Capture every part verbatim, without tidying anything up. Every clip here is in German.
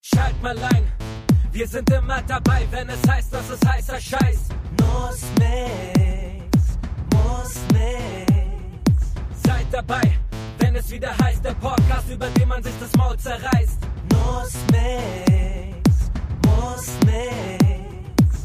Schalt mal ein, wir sind immer dabei, wenn es heißt, dass es heißer Scheiß. Muss nix, muss nix. Seid dabei, wenn es wieder heißt, der Podcast, über den man sich das Maul zerreißt. Muss nix, muss nix.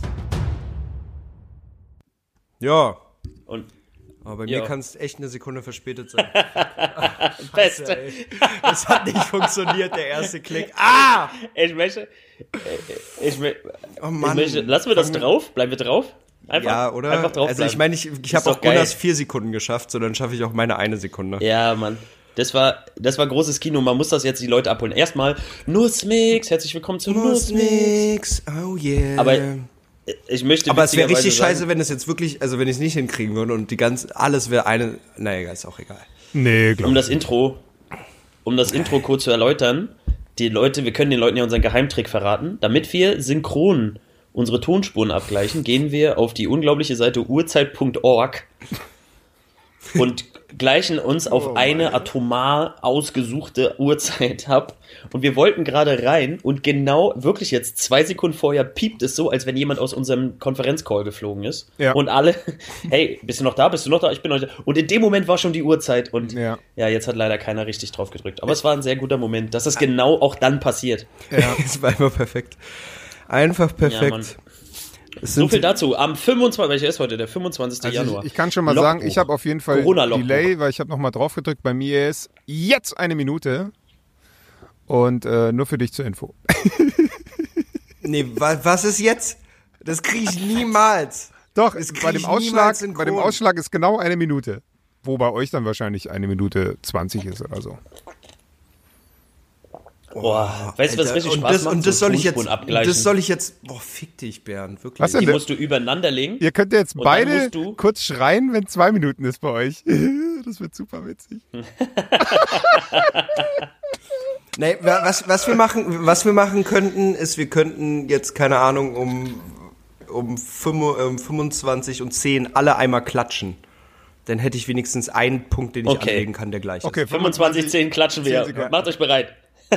Ja. Und aber bei ja. mir kann es echt eine Sekunde verspätet sein. Beste. Es hat nicht funktioniert, der erste Klick. Ah! Ich möchte, ich, ich, Oh Mann. ich möchte, lassen wir das drauf? Bleiben wir drauf? Einfach, Ja, oder? Einfach drauf also ich bleiben. meine, ich, ich habe doch auch geil. Gunnars vier Sekunden geschafft, so dann schaffe ich auch meine eine Sekunde. Ja, Mann. Das war, das war großes Kino. Man muss das jetzt die Leute abholen. Erstmal Nussmix. Herzlich willkommen zu Nussmix. Oh yeah. Aber ich möchte Aber es wäre witzigerweise richtig sagen, scheiße, wenn es jetzt wirklich, also wenn ich es nicht hinkriegen würde und die ganze, alles wäre eine, naja, ist auch egal. Nee, glaub Um ich das Intro, um das Intro kurz zu erläutern, die Leute, wir können den Leuten ja unseren Geheimtrick verraten. Damit wir synchron unsere Tonspuren abgleichen, gehen wir auf die unglaubliche Seite uhrzeit punkt org und gleichen uns auf Oh eine atomar ausgesuchte Uhrzeit ab. Und wir wollten gerade rein und genau, wirklich jetzt zwei Sekunden vorher piept es so, als wenn jemand aus unserem Konferenzcall geflogen ist. Ja. Und alle, hey, bist du noch da? Bist du noch da? Ich bin noch da. Und in dem Moment war schon die Uhrzeit und Ja. ja, jetzt hat leider keiner richtig drauf gedrückt. Aber es war ein sehr guter Moment, dass es genau auch dann passiert. Ja. Es war einfach perfekt. Einfach perfekt. Ja, Mann. Es So sind viel dazu. Am fünfundzwanzigsten, welcher ist heute? Der fünfundzwanzigste Also Januar. ich, ich kann schon mal Logbuch. sagen, ich habe auf jeden Fall Corona-Logbuch. Delay, weil ich habe nochmal drauf gedrückt. Bei mir ist jetzt eine Minute. Und äh, nur für dich zur Info. Nee, wa, was ist jetzt? Das kriege ich niemals. Doch, Das krieg bei dem, ich Ausschlag, niemals synchron. bei dem Ausschlag ist genau eine Minute. Wo bei euch dann wahrscheinlich eine Minute zwanzig ist oder so. Boah, weißt du, was Alter, richtig und Spaß das, macht? Und das So soll ich jetzt, Tonspuren abgleichen. das soll ich jetzt, boah, fick dich, Bernd, wirklich. Was denn? Die musst du übereinander legen. Ihr könnt ja jetzt Und dann beide musst du- kurz schreien, wenn zwei Minuten ist bei euch. Das wird super witzig. Nee, wa- was, was wir machen, was wir machen könnten, ist, wir könnten jetzt, keine Ahnung, um, um fünfundzwanzig und zehn alle einmal klatschen. Dann hätte ich wenigstens einen Punkt, den ich Okay. anlegen kann, der gleich Okay, ist. fünfundzwanzig, zehn klatschen wir. Sekunden. Macht euch bereit.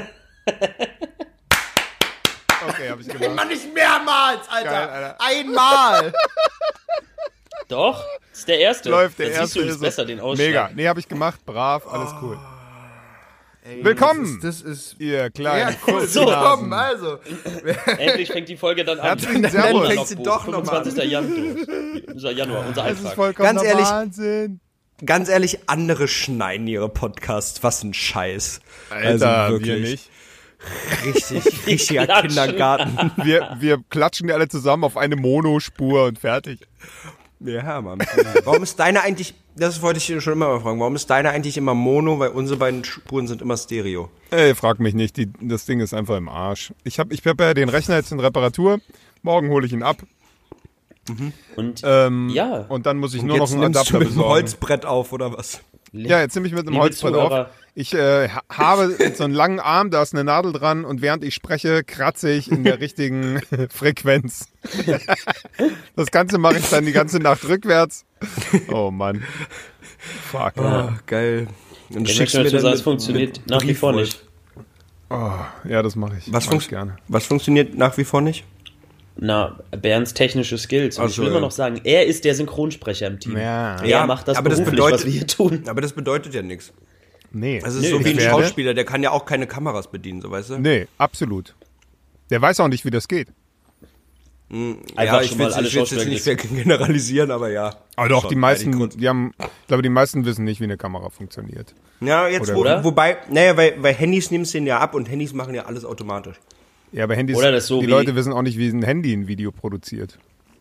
Okay, hab ich gemacht. Man nicht mehrmals, Alter. Geil, Alter. Einmal. Doch, das ist der erste. Läuft, der Dann erste siehst du das ist besser, es. den Ausschlag. Mega. Nee, hab ich gemacht. Brav, alles cool. Ey, Willkommen. Das ist, das ist Ihr kleinen ja, cool. So. Willkommen, also. Endlich fängt die Folge dann an. Herzlichen Unser Servus. Logbuch, Fängt sie doch noch mal an. fünfundzwanzigster Januar. Unser Januar, unser Das ist Eintrag. vollkommen Ganz ehrlich- Wahnsinn. Ganz ehrlich, andere schneiden ihre Podcasts. Was ein Scheiß. Alter, also wir wirklich. nicht. Richtig, richtiger klatschen. Kindergarten. Wir, wir klatschen die alle zusammen auf eine Monospur und fertig. Ja, Mann. Warum ist deine eigentlich, das wollte ich schon immer mal fragen, warum ist deine eigentlich immer Mono, weil unsere beiden Spuren sind immer Stereo? Ey, frag mich nicht, die, das Ding ist einfach im Arsch. Ich hab, ich hab ja den Rechner jetzt in Reparatur. Morgen hole ich ihn ab. Und Ähm, Ja. Und dann muss ich Und nur noch jetzt einen nimmst Adapter du mit dem besorgen. Holzbrett auf, oder was? Ja, jetzt nehme ich mit einem Liebe Holzbrett Zuhörer. auf. Ich äh, ha- habe so einen langen Arm, da ist eine Nadel dran und während ich spreche, kratze ich in der richtigen Frequenz. Das Ganze mache ich dann die ganze Nacht rückwärts. Oh Mann. Fuck. Oh, geil. Und du Ich schickst möchte mir dazu dann sagen, mit- es funktioniert mit nach wie vor Briefwolf. nicht. Oh, ja, das mache ich. Was, Mach ich funkt- gerne. was funktioniert nach wie vor nicht? Na, Bernds technische Skills. Und Ach ich so, will immer ja. noch sagen, er ist der Synchronsprecher im Team. Ja. Er Ja, macht das aber das beruflich, bedeutet- was wir hier tun. Aber das bedeutet ja nichts. Nee. Das ist Nö, so wie ich ein werde- Schauspieler, der kann ja auch keine Kameras bedienen, so weißt du? Nee, absolut. Der weiß auch nicht, wie das geht. Einfach ja, ich schon will mal alle es jetzt Schauspieler nicht generalisieren, aber ja. Aber doch, Schon, die meisten, ja, die die haben, ich glaube, die meisten wissen nicht, wie eine Kamera funktioniert. Ja, jetzt, Oder- wo, Oder? wobei, naja, weil, weil Handys nimmst du den ja ab und Handys machen ja alles automatisch. Ja, aber Handys, Oder das so die wie- Leute wissen auch nicht, wie ein Handy ein Video produziert.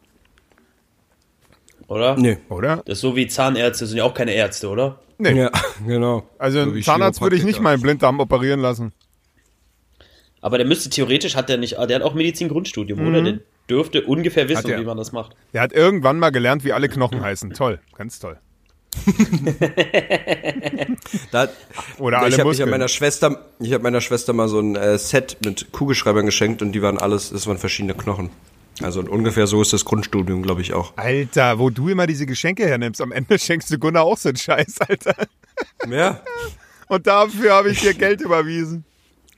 Oder? Nö. Oder? Das ist so wie Zahnärzte, sind ja auch keine Ärzte, oder? Nee. Ja, genau. Also So einen wie Zahnarzt würde ich nicht Chiropraktiker. mal im Blinddarm operieren lassen. Aber der müsste theoretisch, hat der nicht, der hat auch Medizin-Grundstudium, oder? Der dürfte ungefähr wissen, er. wie man das macht. Der hat irgendwann mal gelernt, wie alle Knochen heißen. Toll, ganz toll. Da, Oder ich alle habe hab Muskeln. meiner Schwester, ich habe meiner Schwester mal so ein äh, Set mit Kugelschreibern geschenkt und die waren alles, das waren verschiedene Knochen. Also ungefähr so ist das Grundstudium, glaube ich auch. Alter, wo du immer diese Geschenke hernimmst, am Ende schenkst du Gunnar auch so einen Scheiß, Alter. Ja. Und dafür habe ich dir Geld überwiesen.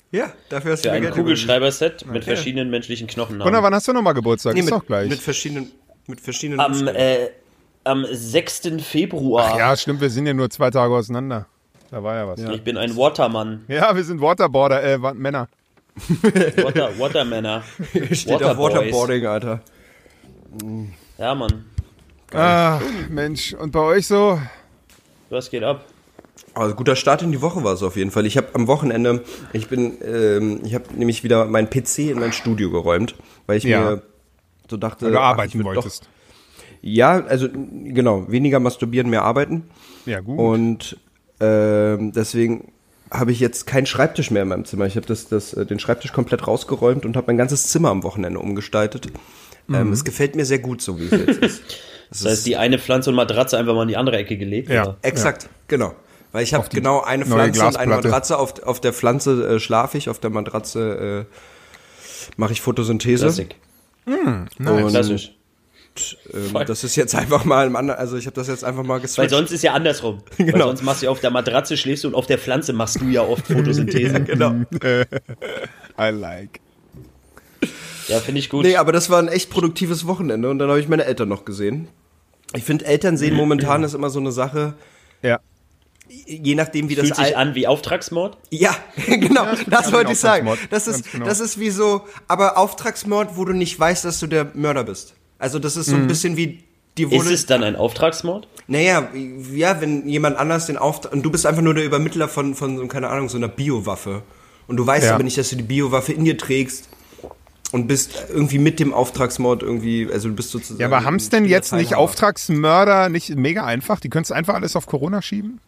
Ja, dafür hast du Für mir ein Geld Kugelschreiber-Set mit verschiedenen menschlichen Knochennamen. Gunnar, wann hast du nochmal Geburtstag? Nee, ist mit, doch gleich. mit verschiedenen, mit verschiedenen. Am, Umständen. äh, am sechsten Februar. Ja, stimmt, wir sind ja nur zwei Tage auseinander. Da war ja was. Ja, Ich bin ein Watermann. ja wir sind Waterboarder, äh, Wa- Männer. Water, Watermänner. Hier steht da Waterboys. Waterboarding, Alter. Ja, Mann. Ach, Mensch, und bei euch so? Was geht ab? Also guter Start in die Woche war es auf jeden Fall. Ich habe am Wochenende, ich bin, ähm, ich habe nämlich wieder meinen P C in mein Studio geräumt, weil ich Ja. mir so dachte, Weil du ach, arbeiten ich würd wolltest. Doch, ja, also genau, weniger masturbieren, mehr arbeiten. Ja, gut. Und ähm, deswegen habe ich jetzt keinen Schreibtisch mehr in meinem Zimmer. Ich habe das, das, äh, den Schreibtisch komplett rausgeräumt und habe mein ganzes Zimmer am Wochenende umgestaltet. Mhm. Ähm, es gefällt mir sehr gut, so wie es jetzt ist. Das heißt, die eine Pflanze und Matratze einfach mal in die andere Ecke gelegt? Ja. Oder? Exakt, genau. Weil ich habe die genau eine neue Pflanze und eine Glasplatte. Matratze. Auf, auf der Pflanze äh, schlafe ich, auf der Matratze äh, mache ich Photosynthese. Klassik. Und, Klassisch. ähm, das ist jetzt einfach mal im anderen, also ich habe das jetzt einfach mal Weil geswitcht. sonst ist ja andersrum. Weil Genau. sonst machst du auf der Matratze schläfst du und auf der Pflanze machst du ja oft Photosynthese. Genau. I like. Ja, finde ich gut. Nee, aber das war ein echt produktives Wochenende und dann habe ich meine Eltern noch gesehen. Ich finde, Eltern sehen momentan ist immer so eine Sache, Ja. je nachdem wie Fühlt das sich Al- an wie Auftragsmord? Ja, genau, das an wollte wie ich sagen. Auftragsmord. Das ist, Ganz genau. das ist wie so, aber Auftragsmord, wo du nicht weißt, dass du der Mörder bist. Also das ist so ein bisschen wie, dir Ist wurde, es dann ein Auftragsmord? naja, ja, wenn jemand anders den Auftrag, und du bist einfach nur der Übermittler von, von so, keine Ahnung, so einer Biowaffe. Und du weißt Ja. aber nicht, dass du die Biowaffe in dir trägst und bist irgendwie mit dem Auftragsmord irgendwie, also du bist sozusagen... Ja, aber haben es denn ein jetzt nicht Teilhaber. Auftragsmörder nicht mega einfach? Die können es einfach alles auf Corona schieben?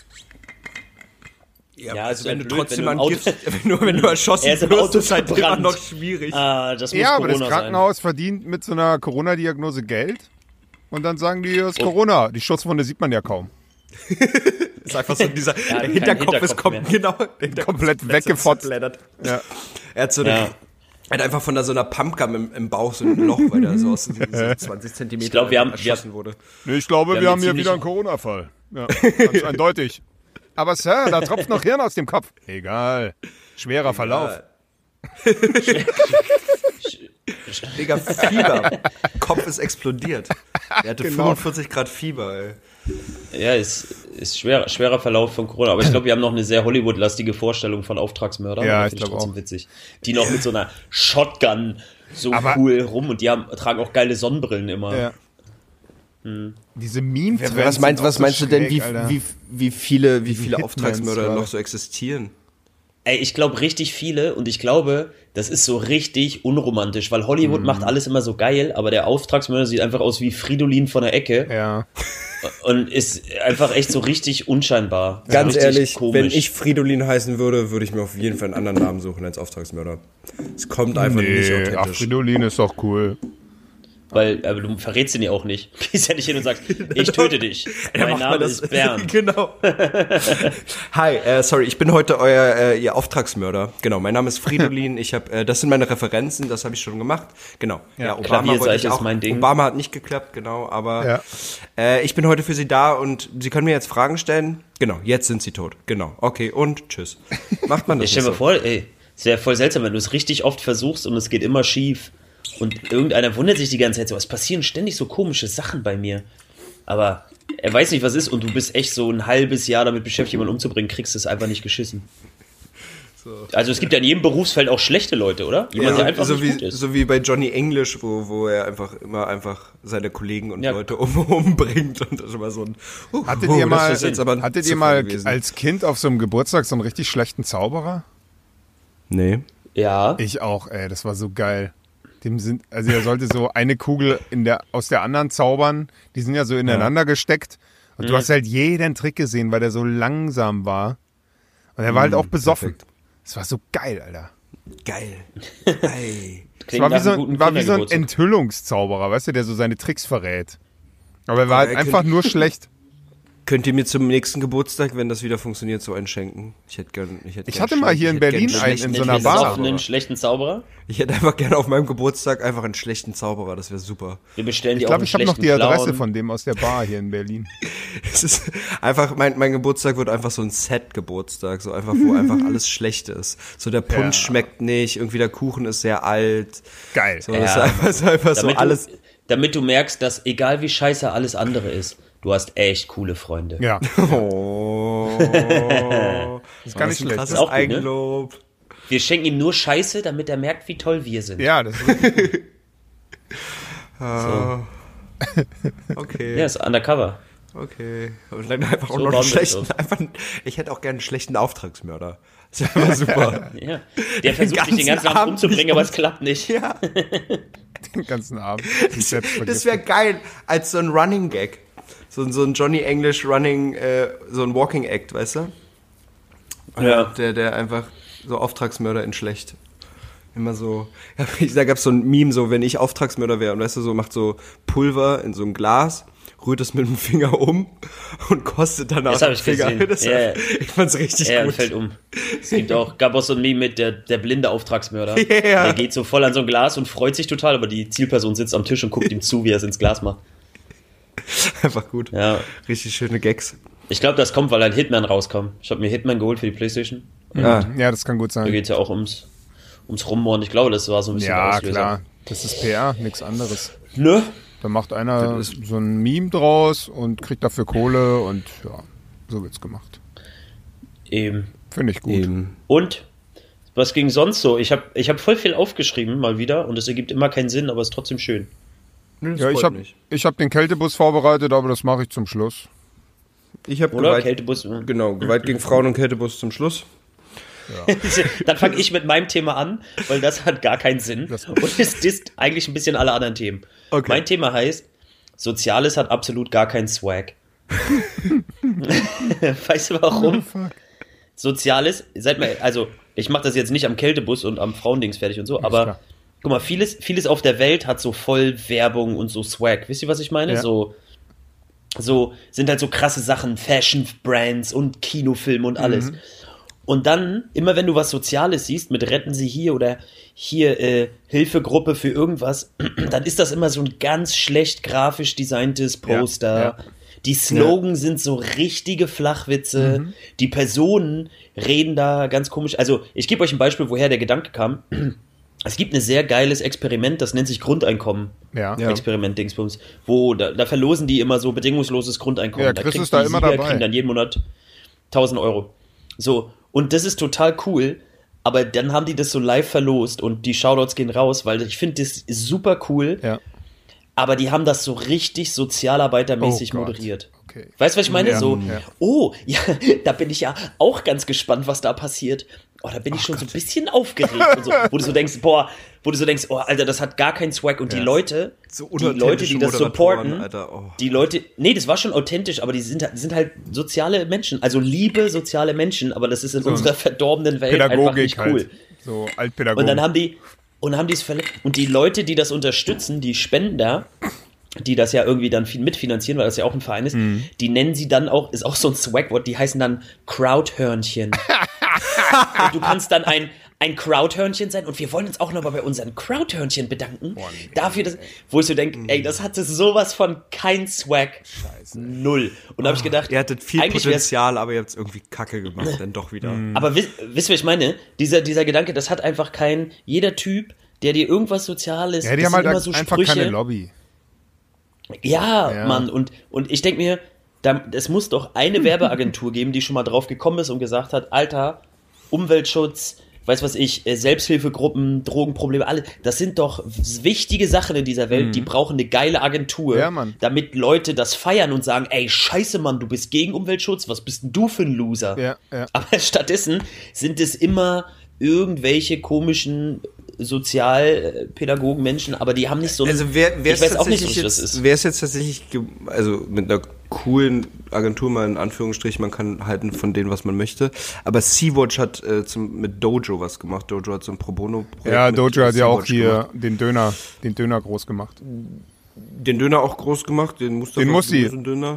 Ja, Ja, also ist ja wenn du blöd, trotzdem wenn an du im Gift, Auto- nur wenn du erschossen Er ist im wirst, Auto ist halt immer verbrannt. noch schwierig. Ah, das muss Ja, aber Corona das Krankenhaus verdient mit so einer Corona-Diagnose Geld. Und dann sagen die, es ist Corona. Die Schusswunde sieht man ja kaum. Ist einfach so dieser, der kein Hinterkopf ist Hinterkopf kom mehr. genau, der Hinterkopf Komplett ist komplett weggefotzt. zerblättert. Ja. Er hat so eine, Ja. er hat einfach von da so einer Pumpgun im, im Bauch so ein Loch, weil er so aus so zwanzig Zentimeter Ich glaub, wir haben- erschossen wurde. Nee, ich glaube, Wir wir, haben haben hier hier ziemlich- wieder einen Corona-Fall. Ja, ganz eindeutig. Aber Sir, da tropft noch Hirn aus dem Kopf. Egal. Schwerer Verlauf. Digga, Fieber. Kopf ist explodiert. Er hatte Genau. fünfundvierzig Grad Fieber, ey. Ja, ist, ist schwer, schwerer Verlauf von Corona. Aber ich glaube, wir haben noch eine sehr Hollywood-lastige Vorstellung von Auftragsmördern. Ja, Aber ich finde glaub trotzdem auch. witzig. Die noch mit so einer Shotgun so Aber- cool rum und die haben, tragen auch geile Sonnenbrillen immer. Ja. Diese Meme-Trends Was meinst, sind was auch so meinst du denn, schräg, wie, Alter. wie, wie viele, wie viele Hitmans Auftragsmörder gerade. noch so existieren? Ey, ich glaube richtig viele und ich glaube, das ist so richtig unromantisch, weil Hollywood macht alles immer so geil, aber der Auftragsmörder sieht einfach aus wie Fridolin von der Ecke Ja. und ist einfach echt so richtig unscheinbar. Ganz richtig ehrlich, komisch. wenn ich Fridolin heißen würde, würde ich mir auf jeden Fall einen anderen Namen suchen als Auftragsmörder. Es kommt einfach nicht Nee, ach, authentisch. Fridolin ist doch cool. Weil, aber du verrätst ihn ja auch nicht. Du gehst ja nicht hin und sagst, ich töte dich. Ja, Mein macht man Name das- ist Bernd. Genau. Hi, äh, sorry, ich bin heute euer äh, ihr Auftragsmörder. Genau, mein Name ist Fridolin. Ich habe, äh, das sind meine Referenzen, das habe ich schon gemacht. Genau. Ja, Obama Klavierseite wollte ich ist auch. mein Ding. Obama hat nicht geklappt, genau. Aber Ja. äh, ich bin heute für Sie da und Sie können mir jetzt Fragen stellen. Genau, jetzt sind Sie tot. Genau. Okay und tschüss. Macht man das? Ich stell nicht mir so? vor, ey, es wäre voll seltsam, wenn du es richtig oft versuchst und es geht immer schief. Und irgendeiner wundert sich die ganze Zeit so, es passieren ständig so komische Sachen bei mir. Aber er weiß nicht, was ist und du bist echt so ein halbes Jahr damit beschäftigt, jemanden umzubringen, kriegst es einfach nicht geschissen. Also es gibt ja in jedem Berufsfeld auch schlechte Leute, oder? Jemand, der Ja, einfach so, nicht wie, gut ist. so wie bei Johnny English, wo, wo er einfach immer einfach seine Kollegen und Ja. Leute um, umbringt und das ist immer so ein. Uh, Hattet uh, ihr das mal, ist jetzt aber hattet zu ihr mal viel gewesen. als Kind auf so einem Geburtstag so einen richtig schlechten Zauberer? Nee. Ja. Ich auch, ey, das war so geil. Dem sind, also er sollte so eine Kugel in der, aus der anderen zaubern, die sind ja so ineinander gesteckt. Und du hast halt jeden Trick gesehen, weil der so langsam war. Und er war halt auch besoffen. perfekt. Das war so geil, Alter. Geil. Ey. Es Klingt war nach wie so, einem guten ein- war wie so ein Kindergeburtstag. Enthüllungszauberer, weißt du, der so seine Tricks verrät. Aber er war Aber halt er einfach könnte- nur schlecht. Könnt ihr mir zum nächsten Geburtstag, wenn das wieder funktioniert, so einen schenken? Ich hätte gern, ich hätte Ich gern hatte mal hier in Berlin einen in so einer einen Bar. einen schlechten Zauberer. Ich hätte einfach gerne auf meinem Geburtstag einfach einen schlechten Zauberer, das wäre super. Wir bestellen die Ich auf glaube, einen ich habe noch schlechten die Adresse Clown. von dem aus der Bar hier in Berlin. Es ist einfach, mein, mein Geburtstag wird einfach so ein Set-Geburtstag, so einfach, wo einfach alles schlecht ist. So der Punsch Ja. schmeckt nicht, irgendwie der Kuchen ist sehr alt. Geil. So, das ist Ja. einfach so, einfach so damit, alles. du, damit du merkst, dass egal wie scheiße alles andere ist, du hast echt coole Freunde. Ja. Oh. Das ist gar nicht ein schlecht. krasses Auch gut, ne? Eigenlob. Wir schenken ihm nur Scheiße, damit er merkt, wie toll wir sind. Ja, das ist Ah. Okay. Ja, ist undercover. Okay. Und dann einfach auch So noch einen bauen wir das schlechten, auf. einfach, ich hätte auch gerne einen schlechten Auftragsmörder. Das wäre immer super. Ja. Der versucht dich den ganzen Abend Abend umzubringen, nicht aber um- es klappt nicht. Ja. den ganzen Abend. sich selbst Das vergiftet. wäre geil, als so ein Running Gag. So, ein- so ein Johnny English Running, äh, so ein Walking Act, weißt du? Ja. Der, der einfach so Auftragsmörder in schlecht. Immer so, ja, da gab's so ein Meme, so, wenn ich Auftragsmörder wäre, und weißt du, so macht so Pulver in so ein Glas, rührt es mit dem Finger um und kostet danach Das hab den ich Finger. gesehen. Das Ja, war, ja. Ich fand's richtig Er gut. fällt um. Es gibt auch, gab auch so ein Meme mit der, der blinde Auftragsmörder. Ja. Der geht so voll an so ein Glas und freut sich total, aber die Zielperson sitzt am Tisch und guckt ihm zu, wie er es ins Glas macht. Einfach gut. Ja. Richtig schöne Gags. Ich glaube, das kommt, weil ein Hitman rauskommt. Ich habe mir Hitman geholt für die Playstation. Ah, Ja, das kann gut Da sein. geht es ja auch ums, ums Rummoren. Ich glaube, das war so ein bisschen der Ja, Auslöser. klar. Das ist P R, nichts anderes. Ne? Da macht einer so ein Meme draus und kriegt dafür Kohle und ja, so wird's gemacht. Eben. Finde ich gut. eben. Und was ging sonst so? Ich habe ich hab voll viel aufgeschrieben, mal wieder. Und es ergibt immer keinen Sinn, aber es ist trotzdem schön. Nö, das Ja, ich freut habe mich. ich hab den Kältebus vorbereitet, aber das mache ich zum Schluss. Ich habe Oder? Gewalt, Kältebus. genau, Gewalt gegen Frauen und Kältebus zum Schluss. Dann fange ich mit meinem Thema an, weil das hat gar keinen Sinn. Das- Und es disst eigentlich ein bisschen alle anderen Themen. Okay. Mein Thema heißt, Soziales hat absolut gar keinen Swag. Weißt du warum? Soziales, seid mal, also ich mache das jetzt nicht am Kältebus und am Frauendings fertig und so, aber klar. guck mal, vieles, vieles auf der Welt hat so voll Werbung und so Swag. Wisst ihr, was ich meine? Ja. So, so sind halt so krasse Sachen, Fashion-Brands und Kinofilme und alles. Und dann, immer wenn du was Soziales siehst, mit Retten Sie hier oder hier äh, Hilfegruppe für irgendwas, dann ist das immer so ein ganz schlecht grafisch designtes Poster. Ja, ja. Die Slogans sind so richtige Flachwitze. Die Personen reden da ganz komisch. Also, ich gebe euch ein Beispiel, woher der Gedanke kam. Es gibt ein sehr geiles Experiment, das nennt sich Grundeinkommen. Ja. Ja. Experiment Dingsbums, wo da, da verlosen die immer so bedingungsloses Grundeinkommen. Ja, da Chris kriegt ist da die immer Sieger, dabei. kriegen dann jeden Monat tausend Euro. So, und das ist total cool, aber dann haben die das so live verlost und die Shoutouts gehen raus, weil ich finde das super cool, Ja. aber die haben das so richtig sozialarbeitermäßig Oh Gott. moderiert. Okay. Weißt du, was ich meine? Ja, so, ja. oh, ja, da bin ich ja auch ganz gespannt, was da passiert. Oh, da bin ich schon so ein bisschen aufgeregt und so, wo du so denkst, boah, wo du so denkst, oh, Alter, das hat gar keinen Swag und die Leute, So die Leute, die das unauthentische Moderatoren, supporten, Alter, oh. die Leute, nee, das war schon authentisch, aber die sind, halt- die sind halt soziale Menschen, also liebe soziale Menschen, aber das ist in unserer verdorbenen Welt einfach Pädagogik nicht cool. halt. So Altpädagogik. Und dann haben die, und haben die es verle- und die Leute, die das unterstützen, die Spender, die das ja irgendwie dann viel mitfinanzieren, weil das ja auch ein Verein ist, Mhm. die nennen sie dann auch, ist auch so ein Swagwort, die heißen dann Crowdhörnchen. Und du kannst dann ein, ein Crowdhörnchen sein und wir wollen uns auch nochmal bei unseren Crowdhörnchen bedanken. Dafür, dass, wo ich so denke, ey, das hatte sowas von kein Swag. Scheiße. Null. Und da habe ich gedacht, Ihr hattet viel eigentlich wär's- Potenzial, aber ihr habt es irgendwie kacke gemacht, dann doch wieder. aber wisst, wisst ihr, was ich meine? Dieser, dieser Gedanke, das hat einfach kein, jeder Typ, der dir irgendwas Soziales, Ja, die das haben sind halt immer so einfach Sprüche. keine Lobby. Ja, Ja. Mann, und, und ich denke mir, da, es muss doch eine Werbeagentur geben, die schon mal drauf gekommen ist und gesagt hat, Alter, Umweltschutz, weiß was ich, äh, Selbsthilfegruppen, Drogenprobleme, alle, das sind doch wichtige Sachen in dieser Welt, die brauchen eine geile Agentur, Ja, Mann. damit Leute das feiern und sagen, ey, scheiße, Mann, du bist gegen Umweltschutz, was bist denn du für ein Loser? Ja, ja. Aber stattdessen sind es immer irgendwelche komischen Sozialpädagogen, Menschen, aber die haben nicht so ein, Also wer, wer ich weiß auch nicht, was das jetzt, ist. Wer ist jetzt tatsächlich, ge- also mit einer coolen Agentur mal in Anführungsstrichen, man kann halten von denen, was man möchte, aber Sea-Watch hat äh, zum, mit Dojo was gemacht. Dojo hat so ein Pro Bono-Projekt. Ja, mit Dojo hat ja auch Sea-Watch hier gemacht. den Döner, den Döner groß gemacht. Den Döner auch groß gemacht, den Mustafa Den Mussi. Döner.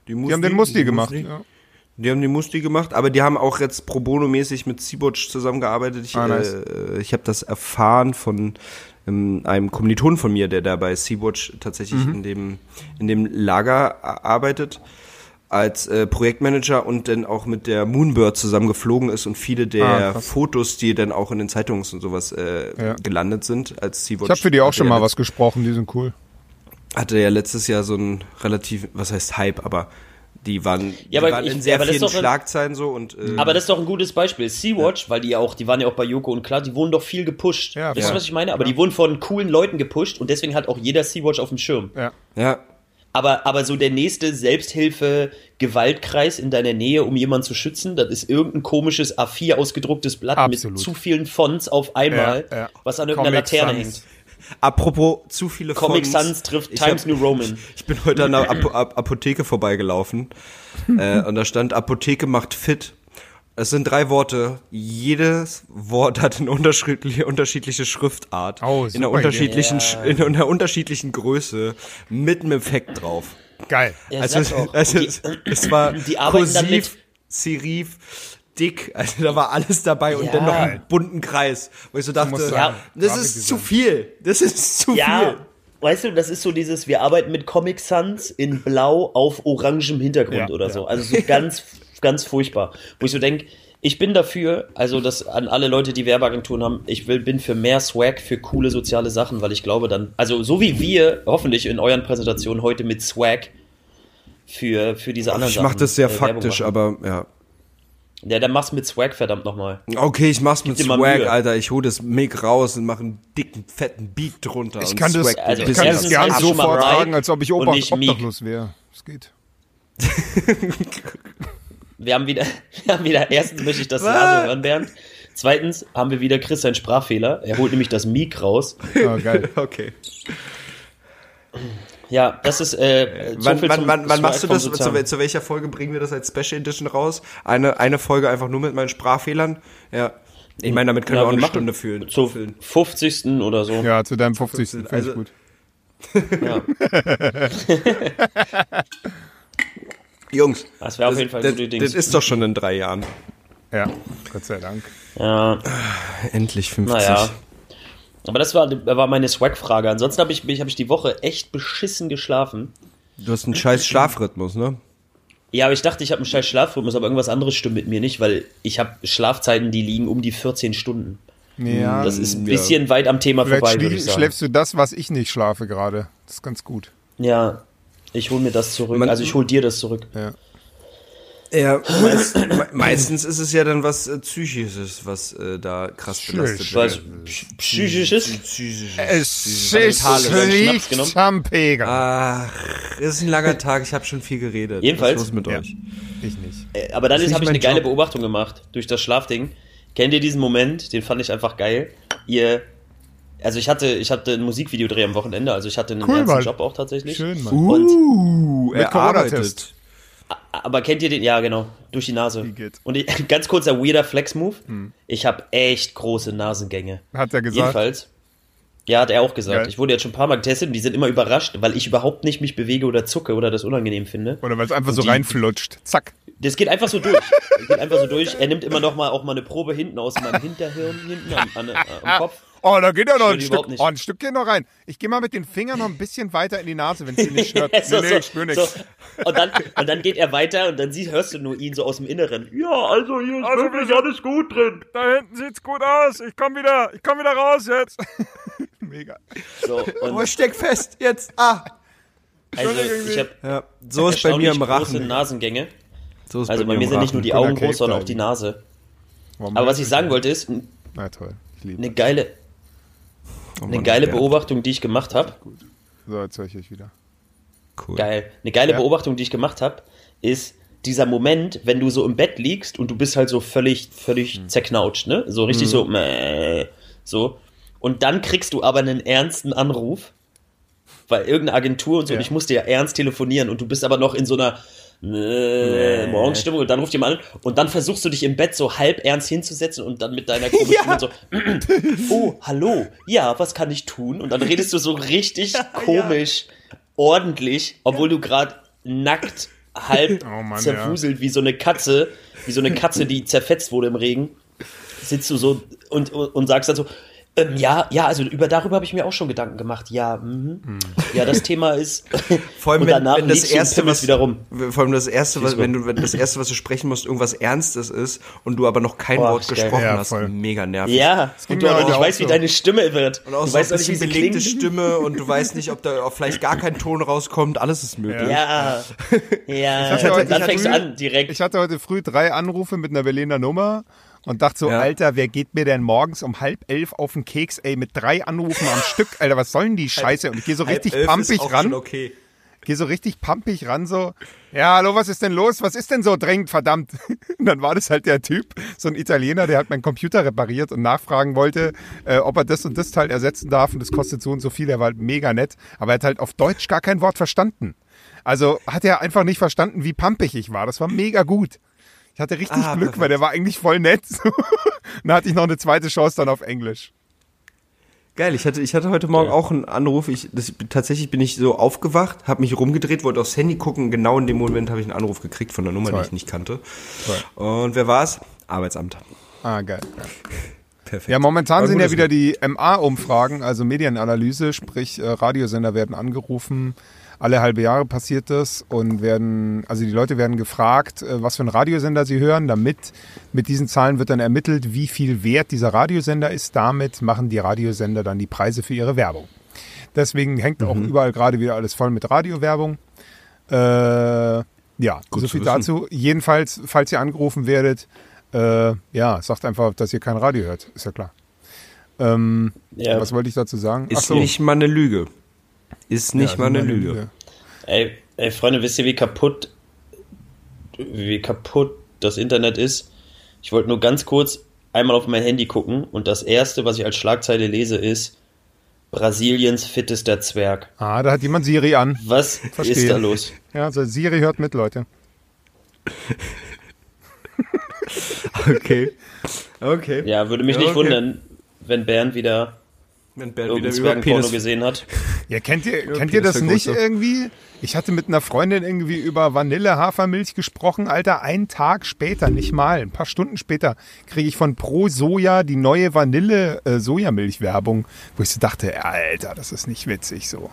Die, Musti, die haben den Musti gemacht. Musti. Ja. Die haben die Musti gemacht, aber die haben auch jetzt pro bono mäßig mit Sea-Watch zusammengearbeitet. Ich, ah, nice. äh, ich habe das erfahren von ähm, einem Kommilitonen von mir, der da bei Sea-Watch tatsächlich mhm. in dem in dem Lager arbeitet als äh, Projektmanager und dann auch mit der Moonbird zusammengeflogen ist und viele der ah, Fotos, die dann auch in den Zeitungen und sowas äh, ja. gelandet sind als Sea-Watch. Ich habe für die auch schon mal was gesprochen, die sind cool. Hatte ja letztes Jahr so ein relativ, was heißt Hype, aber die waren, ja, die aber waren ich, in sehr vielen ein, Schlagzeilen so und äh, aber das ist doch ein gutes Beispiel. Sea-Watch, ja. weil die ja auch, die waren ja auch bei Joko und Klaas, die wurden doch viel gepusht. Ja, weißt du, was ich meine? Aber ja. die wurden von coolen Leuten gepusht und deswegen hat auch jeder Sea-Watch auf dem Schirm. Ja. Ja. Aber, aber so der nächste Selbsthilfe-Gewaltkreis in deiner Nähe, um jemanden zu schützen, das ist irgendein komisches A vier ausgedrucktes Blatt Absolut. mit zu vielen Fonts auf einmal, ja, ja. was an irgendeiner Comic Laterne Sans. hängt. Apropos zu viele Comic Fonts. Sans trifft Ich Times hab, New Roman. Ich bin heute an der Apo- Ap- Apotheke vorbeigelaufen äh, und da stand Apotheke macht fit. Es sind drei Worte. Jedes Wort hat eine unterschiedliche, unterschiedliche Schriftart. Oh, in einer unterschiedlichen, ja. in einer unterschiedlichen Größe mit einem Effekt drauf. Geil. Ja, also es, also die, es, es war die arbeiten dann mit kursiv, Serif, dick, also da war alles dabei und Ja. dann noch einen bunten Kreis, wo ich so dachte, musst sagen, das Grafik ist zu Design. viel, das ist zu Ja, viel. weißt du, das ist so dieses, wir arbeiten mit Comic Sans in blau auf orangem Hintergrund Ja, oder ja. so. Also so ganz, ganz furchtbar. Wo ich so denke, ich bin dafür, also das an alle Leute, die Werbeagenturen haben, ich will, bin für mehr Swag, für coole soziale Sachen, weil ich glaube dann, also so wie wir hoffentlich in euren Präsentationen heute mit Swag für, für diese anderen Ich Sachen. mach das sehr äh, Werbung faktisch, machen. aber ja. Ja, dann mach's mit Swag, verdammt nochmal. Okay, ich mach's mit dir mal Swag, Mühe. Alter. Ich hol das Mic raus und mach einen dicken, fetten Beat drunter. Ich und kann das, Swag also ein ich kann bisschen das erstens gern hast so du schon mal vortragen, Mike als ob ich und Ober- nicht Meek. obdachlos wäre. Das geht. Wir haben wieder, wir haben wieder, erstens möchte ich das Ja so hören, Bernd. Zweitens haben wir wieder Chris seinen Sprachfehler. Er holt nämlich das Mic raus. Oh, geil. Okay. Ja, das ist, äh, so Wann, viel wann, zum wann, wann machst du Swag das? vom Zu, Sozialen. zu welcher Folge bringen wir das als Special Edition raus? Eine, eine Folge einfach nur mit meinen Sprachfehlern? Ja. Ich meine, damit können Ja, wir auch eine machen Stunde füllen. Zur füllen. fünfzigsten oder so. Ja, zu deinem fünfzigsten finde Also- ich gut. Ja. Jungs, Das wäre auf jeden Fall das, gute das, Dings. das ist doch schon in drei Jahren. Ja, Gott sei Dank. Ja, Endlich fünfzig. naja. Aber das war, war meine Swag-Frage. Ansonsten habe ich, hab ich die Woche echt beschissen geschlafen. Du hast einen scheiß Schlafrhythmus, ne? Ja, aber ich dachte, ich habe einen scheiß Schlafrhythmus, aber irgendwas anderes stimmt mit mir nicht, weil ich habe Schlafzeiten, die liegen um die vierzehn Stunden. Ja, Das ist ein ja. bisschen weit am Thema vielleicht vorbei, würde schlie- ich sagen. schläfst du das, was ich nicht schlafe gerade. Das ist ganz gut. Ja, ich hole mir das zurück. Man- also ich hole dir das zurück. Ja. Ja, meist, me- meistens ist es ja dann was äh, Psychisches, was äh, da krass belastet Was wird. Psy- Psychisches? Psychisches. Es Mentales. Schnaps liegt genommen? am Pegel. Ach, es ist ein langer Tag, ich habe schon viel geredet. Jedenfalls. Was ist los mit Ja. euch? Ich nicht. Äh, Aber dann Das ist habe ich nicht eine mein geile Job. Beobachtung gemacht durch das Schlafding. Kennt ihr diesen Moment? Den fand ich einfach geil. Ihr, also ich hatte, ich hatte ein Musikvideodreh am Wochenende, also ich hatte einen Cool, ernsten Mann. Job auch tatsächlich. Schön, Mann. Und, Uh, Mit er Corona-Test. arbeitet. aber kennt ihr den? Ja, genau. Durch die Nase. Wie geht's? Und ich, ganz kurzer weirder Flex-Move. Ich habe echt große Nasengänge. Hat er gesagt. Jedenfalls. Ja, hat er auch gesagt. Geil. Ich wurde jetzt schon ein paar Mal getestet und die sind immer überrascht, weil ich überhaupt nicht mich bewege oder zucke oder das unangenehm finde. Oder weil es einfach so die- reinflutscht. Zack. Das geht einfach so durch. Das geht einfach so durch. Er nimmt immer noch mal auch mal eine Probe hinten aus meinem Hinterhirn, hinten am, an, am Kopf. Oh, da geht ja noch Stört ein die Stück. überhaupt nicht. Oh, ein Stück geht noch rein. Ich gehe mal mit den Fingern noch ein bisschen weiter in die Nase, wenn es dir nicht stört. so, nee, nee, so, ich spür nichts. so. Und, dann, und dann geht er weiter und dann siehst, hörst du nur ihn so aus dem Inneren. Ja, also hier ist wirklich alles gut drin. Da hinten sieht's gut aus. Ich komm wieder, ich komm wieder raus jetzt. Mega. So, Oh, und ich steck fest, jetzt. Ah. also ich habe Ja, so ist bei mir im große Rachen. Nasengänge. So ist Also bei mir im sind nicht nur Rachen. die Cooler Augen Cave groß, sondern auch Diving. die Nase. Warum Aber was nicht? ich sagen wollte ist, n- Na toll. Ich liebe eine das. geile, Oh eine Mann, geile ja. Beobachtung, die ich gemacht habe. So, jetzt höre ich euch wieder. Cool. Geil. Eine geile Ja. Beobachtung, die ich gemacht habe, ist dieser Moment, wenn du so im Bett liegst und du bist halt so völlig, völlig Hm. zerknautscht, ne? So richtig so, mäh, so. Und dann kriegst du aber einen ernsten Anruf, weil irgendeine Agentur und so, Ja. und ich musste ja ernst telefonieren und du bist aber noch in so einer äh, Morgenstimmung und dann ruft jemand an und dann versuchst du dich im Bett so halb ernst hinzusetzen und dann mit deiner komischen Stimme so, oh, hallo, ja, was kann ich tun? Und dann redest du so richtig komisch, ordentlich, obwohl du gerade nackt halb Oh Mann, zerfuselt, ja. wie so eine Katze, wie so eine Katze, die zerfetzt wurde im Regen. Sitzt du so und, und, und sagst dann so, ähm, ja, ja, also über darüber habe ich mir auch schon Gedanken gemacht. Ja, mhm. hm. ja, das Thema ist. Vor allem, und wenn, danach wenn das erste, was wieder rum. Vor allem das erste, was, wenn du wenn das erste, was du sprechen musst, irgendwas Ernstes ist und du aber noch kein Boah, Wort gesprochen ja, hast, voll. mega nervig. Ja, und du, und ich weiß, so. wie deine Stimme wird. Und auch du so weißt ein auch nicht, bisschen wie sie belegte klingt. Stimme und du weißt nicht, ob da ob vielleicht gar kein Ton rauskommt. Alles ist möglich. Ja, ja. hatte heute Dann fängst früh- du an direkt. Ich hatte heute früh drei Anrufe mit einer Berliner Nummer und dachte so, Ja. Alter, wer geht mir denn morgens um halb elf auf den Keks, ey, mit drei Anrufen am Stück, Alter, was soll denn die Scheiße? Und ich gehe so richtig Halb elf ist pampig auch ran, schon okay. gehe so richtig pampig ran, so, ja, hallo, was ist denn los? Was ist denn so dringend, verdammt? Und dann war das halt der Typ, so ein Italiener, der hat meinen Computer repariert und nachfragen wollte, äh, ob er das und das Teil ersetzen darf und das kostet so und so viel, der war halt mega nett, aber er hat halt auf Deutsch gar kein Wort verstanden. Also hat er einfach nicht verstanden, wie pampig ich war. Das war mega gut. Ich hatte richtig Ah, Glück, perfekt. weil der war eigentlich voll nett. Dann hatte ich noch eine zweite Chance dann auf Englisch. Geil, ich hatte, ich hatte heute Morgen auch einen Anruf. Ich, das, tatsächlich bin ich so aufgewacht, habe mich rumgedreht, wollte aufs Handy gucken. Genau in dem Moment habe ich einen Anruf gekriegt von einer Nummer, Toll. die ich nicht kannte. Toll. Und wer war's? Arbeitsamt. Ah, geil. geil. Perfekt. Ja, momentan Aber sind gut, ja das- wieder die M A-Umfragen, also Medienanalyse, sprich äh, Radiosender werden angerufen. Alle halbe Jahre passiert das und werden, also die Leute werden gefragt, äh, was für einen Radiosender sie hören, damit mit diesen Zahlen wird dann ermittelt, wie viel wert dieser Radiosender ist. Damit machen die Radiosender dann die Preise für ihre Werbung. Deswegen hängt auch überall gerade wieder alles voll mit Radiowerbung. Äh, ja, Gut so zu viel wissen. dazu. Jedenfalls, falls ihr angerufen werdet, äh, ja, sagt einfach, dass ihr kein Radio hört. Ist ja klar. Ähm, Ja. Was wollte ich dazu sagen? Ach Ist so. nicht mal eine Lüge. Ist nicht Ja, mal eine ist Lüge. Ey, ey, Freunde, wisst ihr, wie kaputt, wie kaputt das Internet ist? Ich wollte nur ganz kurz einmal auf mein Handy gucken und das erste, was ich als Schlagzeile lese, ist Brasiliens fittester Zwerg. Ah, da hat jemand Siri an. Was Verstehe. ist da los? Ja, also Siri hört mit, Leute. Okay. Okay. Ja, würde mich Ja, nicht okay. wundern, wenn Bernd wieder Wenn Bernd irgendein wieder über Zwergenporno Penis... gesehen hat. Ja, kennt ihr, Ja, kennt ihr das Penis der nicht Große. irgendwie? Ich hatte mit einer Freundin irgendwie über Vanille-Hafermilch gesprochen. Alter, einen Tag später, nicht mal, ein paar Stunden später, kriege ich von Pro Soja die neue Vanille-Sojamilch-Werbung, wo ich so dachte, Alter, das ist nicht witzig so.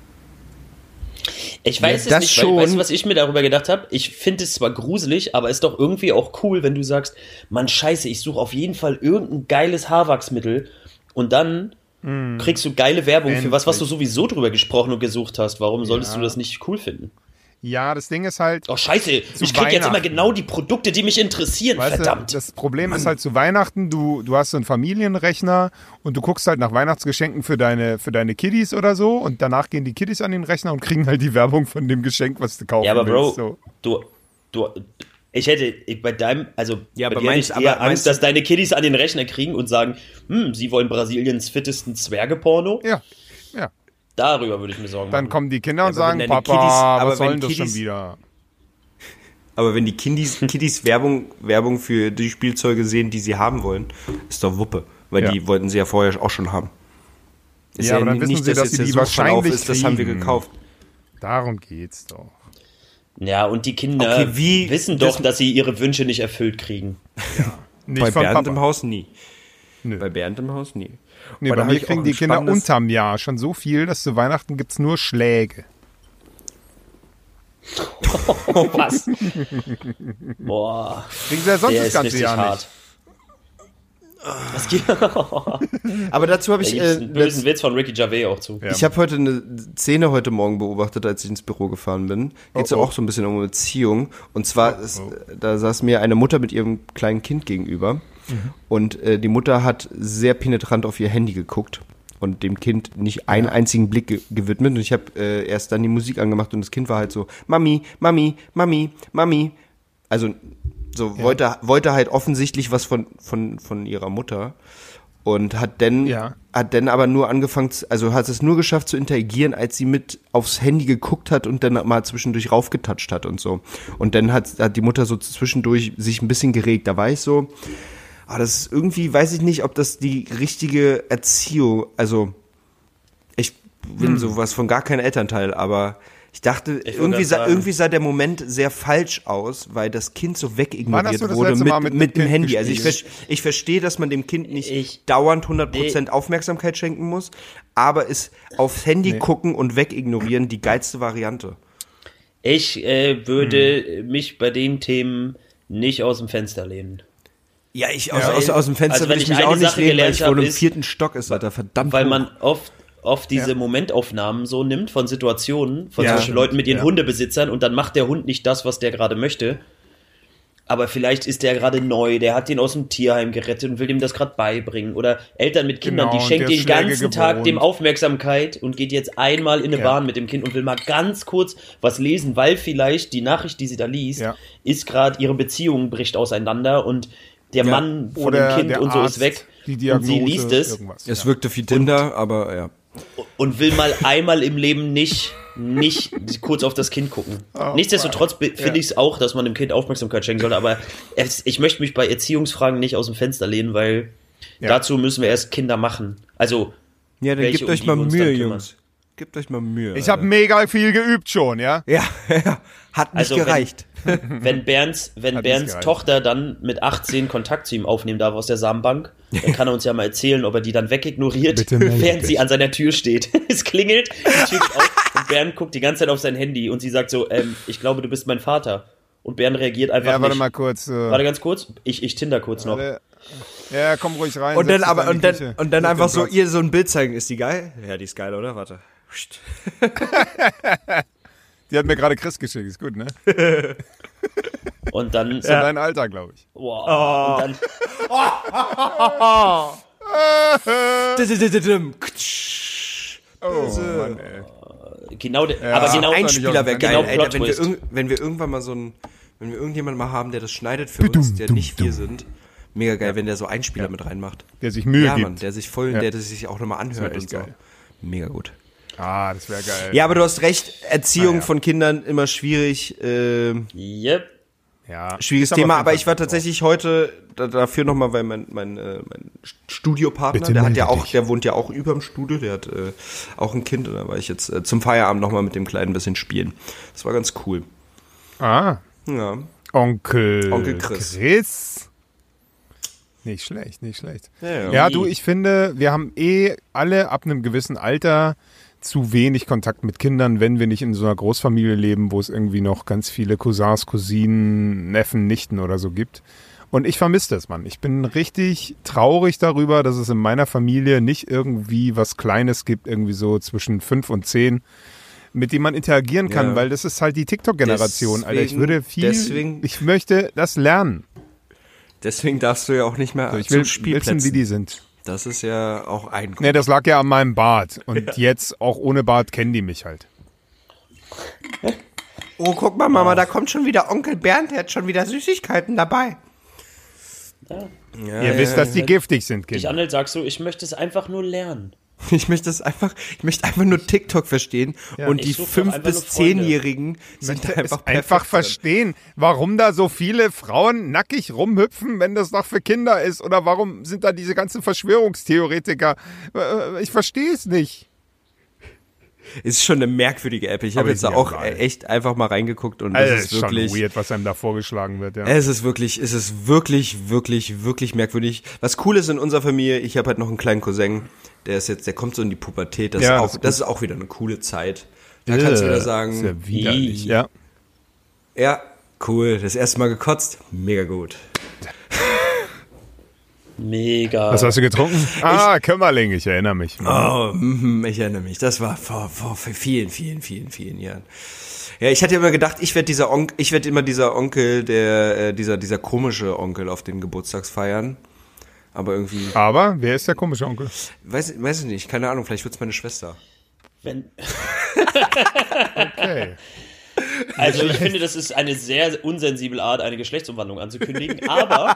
Ich weiß Ja, es das nicht, schon. weil, weißt du, was ich mir darüber gedacht habe? Ich finde es zwar gruselig, aber ist doch irgendwie auch cool, wenn du sagst, Mann, scheiße, ich suche auf jeden Fall irgendein geiles Haarwachsmittel und dann kriegst du geile Werbung für was, was du sowieso drüber gesprochen und gesucht hast. Warum solltest du das nicht cool finden? Ja, das Ding ist halt, Oh, scheiße, ich krieg jetzt Weihnachten. immer genau die Produkte, die mich interessieren, weißt verdammt. du, das Problem ist halt zu Weihnachten, du, du hast so einen Familienrechner und du guckst halt nach Weihnachtsgeschenken für deine, für deine Kiddies oder so und danach gehen die Kiddies an den Rechner und kriegen halt die Werbung von dem Geschenk, was du kaufen Ja, aber Bro, willst. So. du, du, ich hätte ich, bei deinem, also Ja, bei aber dir meinst- hätte ich eher aber Angst, meinst du- dass deine Kiddies an den Rechner kriegen und sagen, hm, sie wollen Brasiliens fittesten Zwergeporno. Ja, ja. Darüber würde ich mir Sorgen Dann machen. kommen die Kinder und aber wenn sagen, deine Papa, Kiddies- aber was soll wenn denn das schon Kiddies- wieder? Aber wenn die Kiddies, Kiddies Werbung, Werbung für die Spielzeuge sehen, die sie haben wollen, ist doch Wuppe. Weil Ja. die wollten sie ja vorher auch schon haben. Ist Ja, aber dann wissen nicht, sie, dass jetzt sie die der Suchverlauf wahrscheinlich ist, das haben wir kriegen. gekauft. Darum geht's doch. Ja, und die Kinder Okay, wie- wissen das- doch, dass sie ihre Wünsche nicht erfüllt kriegen. Nicht Bei von Bernd Papa. im Haus nie. Nö. Bei Bernd im Haus nie. Nee, Aber da bei hab mir ich auch kriegen ein die Kinder spannendes- unterm Jahr schon so viel, dass zu Weihnachten gibt's nur Schläge. Was? Boah, Kriegen sie ja sonst der das ist ganze richtig Jahr hart. nicht. Was geht? Aber dazu habe Da ich, gibt's äh, einen bösen Witz von Ricky Gervais auch zu. Ja. ich habe heute eine Szene heute Morgen beobachtet, als ich ins Büro gefahren bin. Geht es Oh, oh. auch so ein bisschen um Beziehung. Und zwar, ist, da saß mir eine Mutter mit ihrem kleinen Kind gegenüber. Und äh, die Mutter hat sehr penetrant auf ihr Handy geguckt und dem Kind nicht einen einzigen Blick ge gewidmet. Und ich habe äh, erst dann die Musik angemacht und das Kind war halt so, Mami, Mami, Mami, Mami. Also so wollte, wollte halt offensichtlich was von, von, von ihrer Mutter. Und hat dann, Ja. hat dann aber nur angefangen, zu- also hat es nur geschafft zu interagieren, als sie mit aufs Handy geguckt hat und dann mal zwischendurch raufgetatscht hat und so. Und dann hat, hat die Mutter so zwischendurch sich ein bisschen geregt. Da war ich so, ah, das ist irgendwie, weiß ich nicht, ob das die richtige Erziehung, also ich bin sowas von gar kein Elternteil, aber Ich dachte, Ich irgendwie, wollte sah, sagen- irgendwie sah der Moment sehr falsch aus, weil das Kind so Wann wegignoriert hast du das wurde letzte mit, Mal mit, mit dem einem Kind Handy. Also ich, gespielt? ver- ich verstehe, dass man dem Kind nicht Ich- dauernd hundert Prozent Aufmerksamkeit schenken muss, aber ist aufs Handy Nee. gucken und wegignorieren die geilste Variante. Ich äh, würde Hm. mich bei den Themen nicht aus dem Fenster lehnen. Ja, ich aus, Ja, aus, aus dem Fenster also will wenn ich ich mich eine auch nicht Sache lehnen, weil gelernt ich wohne habe, im ist- vierten Stock ist, Alter, verdammt Weil hoch. man oft, oft diese Ja. Momentaufnahmen so nimmt von Situationen, von Ja, zum Beispiel stimmt. Leuten mit ihren Ja. Hundebesitzern und dann macht der Hund nicht das, was der gerade möchte. Aber vielleicht ist der gerade neu, der hat den aus dem Tierheim gerettet und will dem das gerade beibringen. Oder Eltern mit Kindern, Genau, die und schenken der ist den Schläge ganzen Tag gewohnt. dem Aufmerksamkeit und geht jetzt einmal in eine Ja. Bahn mit dem Kind und will mal ganz kurz was lesen, weil vielleicht die Nachricht, die sie da liest, Ja. ist gerade, ihre Beziehung bricht auseinander und der Ja. Mann von Oder dem Kind der und so Arzt, ist weg. die Und Diagnose, sie liest es irgendwas. Es ja. wirkte wie Tinder, aber ja. und will mal einmal im Leben nicht, nicht kurz auf das Kind gucken. Oh, Nichtsdestotrotz be- finde Ja. ich es auch, dass man dem Kind Aufmerksamkeit schenken sollte, aber es, ich möchte mich bei Erziehungsfragen nicht aus dem Fenster lehnen, weil Ja. dazu müssen wir erst Kinder machen. Also, Ja, dann welche, gebt um euch die mal wir uns Mühe, dann kümmern. Jungs. Gebt euch mal Mühe. Ich habe Alter. mega viel geübt schon, ja? Ja, ja, hat nicht Also, wenn- gereicht. wenn Bernds, wenn Hat nicht Bernds gereicht. Tochter dann mit achtzehn Kontakt zu ihm aufnehmen darf aus der Samenbank, dann kann er uns ja mal erzählen, ob er die dann wegignoriert, Bitte melde während dich. sie an seiner Tür steht. Es klingelt, die Tür geht auf und Bernd guckt die ganze Zeit auf sein Handy und sie sagt so, ähm, ich glaube, du bist mein Vater. Und Bernd reagiert einfach Ja, warte nicht. mal kurz. Äh, Warte ganz kurz, ich, ich tinder kurz noch. warte. Ja, komm ruhig rein. Und setz dann dich aber in die und dann Küche. und dann Such einfach den so Platz. ihr so ein Bild zeigen, ist die geil? Ja, die ist geil, oder? Warte. Psst. Die hat mir gerade Chris geschickt, ist gut, ne? Und dann, Ist ja dein Alter, glaube ich. wow, und dann Oh, Mann, ey. genau, de- aber genau, ein nicht Spieler wäre auf- geil, genau Alter, wenn wir, Plot-Twist. irg- wenn wir irgendwann mal so ein wenn wir irgendjemanden mal haben, der das schneidet für uns, der nicht wir sind. Mega geil, wenn der so Einspieler mit reinmacht. Der sich Mühe Ja, gibt. Mann, der sich voll, Ja. der das sich auch nochmal anhört echt und so. geil. Mega gut. Ah, das wäre geil. Ja, aber du hast recht, Erziehung Ah, ja. von Kindern immer schwierig, äh, yep. Ja. schwieriges Ist aber Thema, auf aber jeden ich war Fall tatsächlich heute da, dafür nochmal, weil mein, mein, äh, mein Studiopartner, Bitte der hat melde ja auch, dich. der wohnt ja auch überm Studio, der hat äh, auch ein Kind und da war ich jetzt äh, zum Feierabend nochmal mit dem Kleinen ein bisschen spielen. Das war ganz cool. Ah, Ja. Onkel. Onkel Chris. Chris. Nicht schlecht, nicht schlecht. Ja, ja. Ja, du, ich finde, wir haben eh alle ab einem gewissen Alter zu wenig Kontakt mit Kindern, wenn wir nicht in so einer Großfamilie leben, wo es irgendwie noch ganz viele Cousins, Cousinen, Neffen, Nichten oder so gibt. Und ich vermisse das, Mann. Ich bin richtig traurig darüber, dass es in meiner Familie nicht irgendwie was Kleines gibt, irgendwie so zwischen fünf und zehn, mit dem man interagieren kann, Ja. weil das ist halt die TikTok-Generation, Alter. Ich Deswegen- würde viel, deswegen- ich möchte das lernen. Deswegen darfst du ja auch nicht mehr So, ich zum will Spielplätzen. wissen, wie die sind. Das ist ja auch ein Grund. Nee, das lag ja an meinem Bart. Und jetzt, auch ohne Bart, kennen die mich halt. Oh, guck mal, Mama, da kommt schon wieder Onkel Bernd, der hat schon wieder Süßigkeiten dabei. Ja. Ja, Ihr ja, wisst, dass die giftig sind, Ich, Kinder. Annel, sagst du, ich möchte es einfach nur lernen. Ich möchte das einfach, ich möchte einfach nur TikTok verstehen und Ich die such doch fünf einfach bis nur Freunde. zehnjährigen sind möchte einfach es einfach perfekt drin. verstehen, warum da so viele Frauen nackig rumhüpfen, wenn das doch für Kinder ist. Oder warum sind da diese ganzen Verschwörungstheoretiker? Äh, Ich verstehe es nicht. Ist schon eine merkwürdige App. Ich habe Aber jetzt ist mir auch egal. echt einfach mal reingeguckt und Also, es es ist ist schon wirklich, weird, was einem da vorgeschlagen wird. Ja. es ist wirklich, es ist wirklich, wirklich, wirklich merkwürdig. Was cool ist in unserer Familie, ich habe halt noch einen kleinen Cousin, der ist jetzt, der kommt so in die Pubertät. Das, Ja, ist, das auch, ist das ist auch wieder eine coole Zeit. Da kannst du wieder Ist sagen, ja widerlich. I. Ja. ja, cool, das erste Mal gekotzt, mega gut. Mega. Was hast du getrunken? Ah, Kömmerling, ich erinnere mich. Oh, mhm, ich erinnere mich. Das war vor, vor vielen, vielen, vielen, vielen Jahren. Ja, ich hatte immer gedacht, ich werde dieser Onkel, ich werde immer dieser Onkel, der, äh, dieser, dieser komische Onkel auf den Geburtstagsfeiern. Aber irgendwie, Aber wer ist der komische Onkel? weiß, weiß ich nicht, keine Ahnung, vielleicht wird's meine Schwester. Wenn, Okay. also ich finde, das ist eine sehr unsensible Art, eine Geschlechtsumwandlung anzukündigen, aber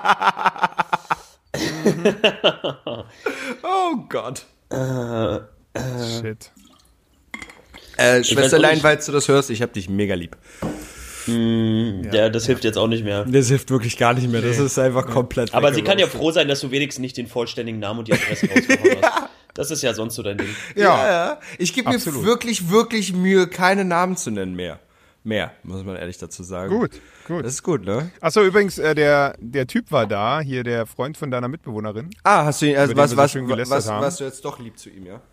Oh Gott. Shit. Äh, weiß Schwesterlein, auch nicht. falls du das hörst, ich hab dich mega lieb. ja, das hilft jetzt auch nicht mehr. Das hilft wirklich gar nicht mehr, das ist einfach komplett Aber sie kann ja weggerostet. froh sein, dass du wenigstens nicht den vollständigen Namen und die Adresse rausgehauen hast. Das ist ja sonst so dein Ding. Ja, Ja, ja. Ich gebe mir absolut. wirklich, wirklich Mühe, keine Namen zu nennen mehr. Mehr, muss man ehrlich dazu sagen. Gut, gut. Das ist gut, ne? Achso, übrigens, äh, der, der Typ war da, hier der Freund von deiner Mitbewohnerin. Ah, hast du ihn, also Über den was, wir so was, schön was, gelästert was, haben. warst du jetzt doch lieb zu ihm, ja?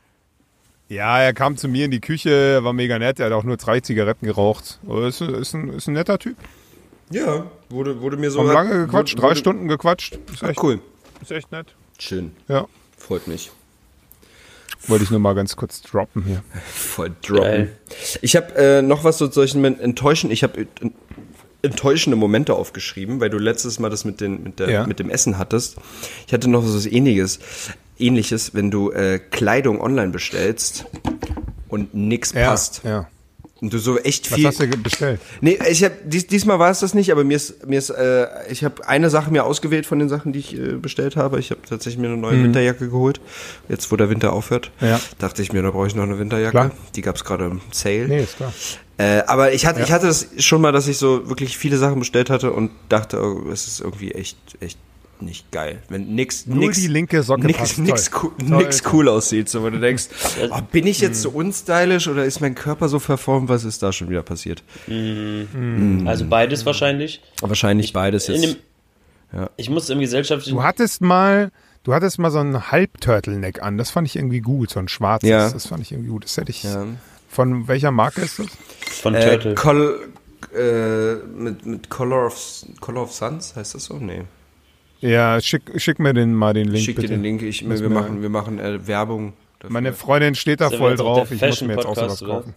Ja, er kam zu mir in die Küche, war mega nett, er hat auch nur drei Zigaretten geraucht. Aber Ist, ist, ein, ist ein netter Typ. Ja, wurde, wurde mir so... Haben lange gequatscht, wurde, drei Stunden gequatscht. Ist Ah, echt, cool. ist echt nett. Schön, Ja, freut mich. wollte ich nur mal ganz kurz droppen hier. Voll droppen. Geil. Ich habe äh, noch was zu solchen enttäuschen. Ich habe enttäuschende Momente aufgeschrieben, weil du letztes Mal das mit, den, mit, der, Ja. mit dem Essen hattest. Ich hatte noch so was Ähnliches, Ähnliches, wenn du äh, Kleidung online bestellst und nix Ja, passt. ja. Und du so echt Was viel... hast du ge- bestellt? Nee, ich hab, dies, diesmal war es das nicht, aber mir ist, mir ist, äh, ich habe eine Sache mir ausgewählt von den Sachen, die ich äh, bestellt habe. Ich habe tatsächlich mir eine neue Winterjacke geholt. Jetzt, wo der Winter aufhört, Ja. dachte ich mir, da brauche ich noch eine Winterjacke. Klar. Die gab's gerade im Sale. Nee, ist klar. Äh, aber ich hatte, ich hatte das schon mal, dass ich so wirklich viele Sachen bestellt hatte und dachte, oh, es ist irgendwie echt, echt nicht geil. Wenn nix, Nur nix, die linke Socke nix, passt. nix, Toll. cool, Toll, nix toll. cool aussieht, so, wo du denkst, oh, bin ich jetzt so unstylisch oder ist mein Körper so verformt, was ist da schon wieder passiert? Also beides wahrscheinlich. Wahrscheinlich beides In jetzt. dem, Ich muss im gesellschaftlichen... Du hattest mal, du hattest mal so einen Halb-Turtleneck an. Das fand ich irgendwie gut, so ein schwarzes. Ja. Das fand ich irgendwie gut. Das hätte ich. Ja. Von welcher Marke ist das? Von Äh, Turtle. Col, äh, mit, mit Color of, Color of Suns, heißt das so? Nee. Ja, schick, schick mir den mal den Link. Ich schick dir bitte. den Link, ich, Muss wir mir- machen, wir machen äh, Werbung dafür. Meine Freundin steht da Sind wir voll jetzt auch drauf. der Ich muss mir jetzt auch sowas Fashion-Podcast, oder? kaufen.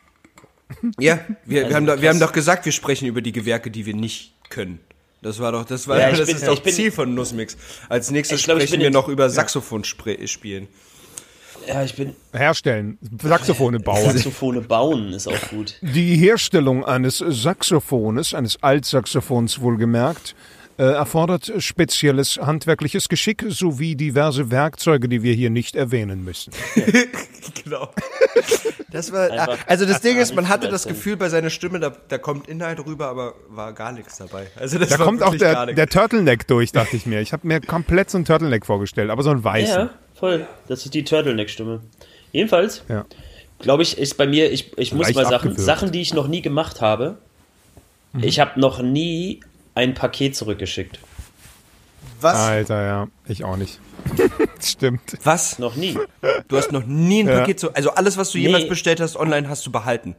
Ja, wir, Also wir, haben doch, wir krass. haben doch gesagt, wir sprechen über die Gewerke, die wir nicht können. Das war doch, das war, Ja, ich das bin- ist doch ich bin- Ziel von Nussmix. Als nächstes Ich glaub, ich sprechen bin wir in- noch über Saxophon spre- spielen. Ja, ich bin... Herstellen, Saxophone bauen. Saxophone bauen ist auch gut. Die Herstellung eines Saxophones, eines Altsaxophons wohlgemerkt, äh, erfordert spezielles handwerkliches Geschick sowie diverse Werkzeuge, die wir hier nicht erwähnen müssen. Genau. Das war, Einfach- also das Ding ist, man Nicht hatte das wechseln. Gefühl bei seiner Stimme, da, da kommt Inhalt rüber, aber war gar nichts dabei. Also das Da war kommt auch wirklich gar der, nichts. der Turtleneck durch, dachte ich mir. Ich habe mir komplett so einen Turtleneck vorgestellt, aber so einen weißen. Ja, voll. Das ist die Turtleneck-Stimme. Jedenfalls, Ja. glaube ich, ist bei mir, ich, ich muss Leicht mal Sachen, abgewürgt. Sachen, die ich noch nie gemacht habe. Ich habe noch nie ein Paket zurückgeschickt. Was? Alter, ja. Ich auch nicht. Stimmt. Was? Noch nie. Du hast noch nie ein Ja. Paket so, also alles, was du jemals Nee. bestellt hast online, hast du behalten.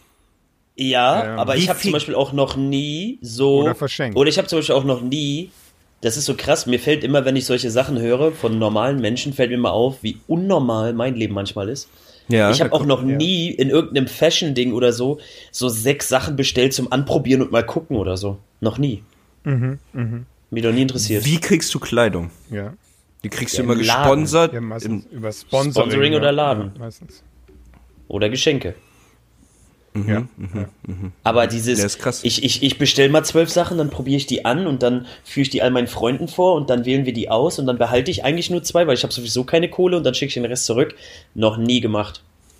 Ja, Ja. aber Wie ich habe viel- zum Beispiel auch noch nie so. Oder verschenkt. Oder ich habe zum Beispiel auch noch nie. Das ist so krass. Mir fällt immer, wenn ich solche Sachen höre von normalen Menschen, fällt mir immer auf, wie unnormal mein Leben manchmal ist. Ja. Ich habe auch noch ja. nie in irgendeinem Fashion-Ding oder so so sechs Sachen bestellt zum Anprobieren und mal gucken oder so. Noch nie. Mhm, Mich noch nie interessiert. Wie kriegst du Kleidung? Ja. Die kriegst Ja, du immer im Laden. gesponsert. Ja, im, meistens über Sponsoring. Sponsoring ja. oder Laden. Ja, meistens. Oder Geschenke. Mhm, Ja. ja. Aber dieses, Ja, ist krass. ich, ich, ich bestelle mal zwölf Sachen, dann probiere ich die an und dann führe ich die all meinen Freunden vor und dann wählen wir die aus und dann behalte ich eigentlich nur zwei, weil ich habe sowieso keine Kohle und dann schicke ich den Rest zurück. Noch nie gemacht.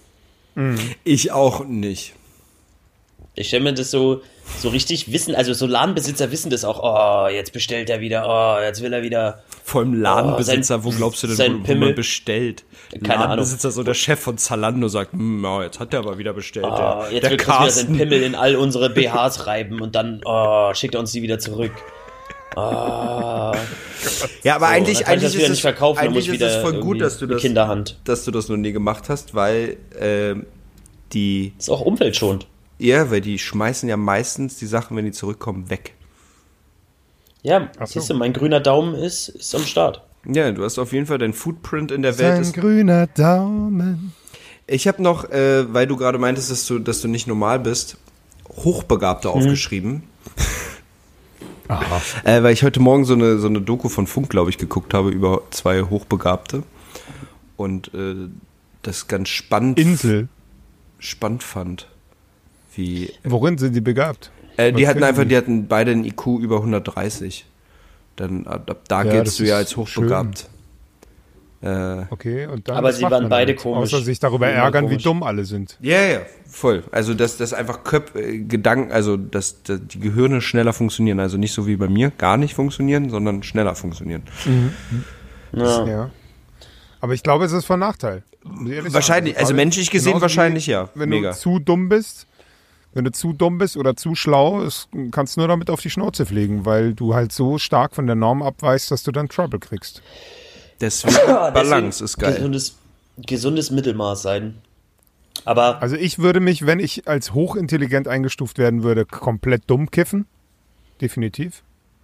ich auch nicht. Ich stelle mir das so, so richtig wissen, also so Ladenbesitzer wissen das auch, oh, jetzt bestellt er wieder, oh, jetzt will er wieder. Vor allem Ladenbesitzer, Oh, sein- wo glaubst du denn, sein wo, wo Pimmel. man bestellt? Keine Ladenbesitzer, so der Chef von Zalando sagt, hm, ja, jetzt hat er aber wieder bestellt. Oh, der jetzt der will Chris wieder seinen Carsten. Pimmel in all unsere B Hs reiben und dann oh, schickt er uns die wieder zurück. Oh, Ja, aber dann eigentlich, kann ich das eigentlich wieder ist nicht es, verkaufen, dann muss eigentlich ich ist es wieder voll gut, irgendwie dass du eine das, Kinderhand. dass du das noch nie gemacht hast, weil ähm, die, Ist auch umweltschonend. ja, weil die schmeißen ja meistens die Sachen, wenn die zurückkommen, weg. Ja, Ach so. siehst du, mein grüner Daumen ist, ist am Start. Ja, du hast auf jeden Fall dein Footprint in der Welt. Sein Ist, grüner Daumen. ich habe noch, äh, weil du gerade meintest, dass du, dass du nicht normal bist, Hochbegabte aufgeschrieben. Aha. Äh, weil ich heute Morgen so eine, so eine Doku von Funk, glaube ich, geguckt habe über zwei Hochbegabte. Und äh, das ganz spannend, Insel. spannend fand. Wie, Worin sind die begabt? äh, die Was hatten können einfach, die? die hatten beide einen I Q über hundertdreißig. Dann ab, ab da Ja, giltst das du ja ist als hochbegabt. Äh, Okay, und dann Aber was sie macht waren man beide damit? komisch. Außer sich darüber Immer ärgern, wie komisch. dumm alle sind. Ja, ja, voll. Also, dass das einfach Köp äh, Gedanken, also, dass, dass die Gehirne schneller funktionieren. Also nicht so wie bei mir, gar nicht funktionieren, sondern schneller funktionieren. Ja. Ja. Aber ich glaube, es ist von Nachteil. Muss ich ehrlich Wahrscheinlich, sagen. also menschlich gesehen Genauso wahrscheinlich wie, ja. Wenn Mega. du zu dumm bist, wenn du zu dumm bist oder zu schlau, ist, kannst du nur damit auf die Schnauze fliegen, weil du halt so stark von der Norm abweichst, dass du dann Trouble kriegst. Deswegen, Balance ist geil. Gesundes, gesundes Mittelmaß sein. Aber Also ich würde mich, wenn ich als hochintelligent eingestuft werden würde, komplett dumm kiffen. Definitiv.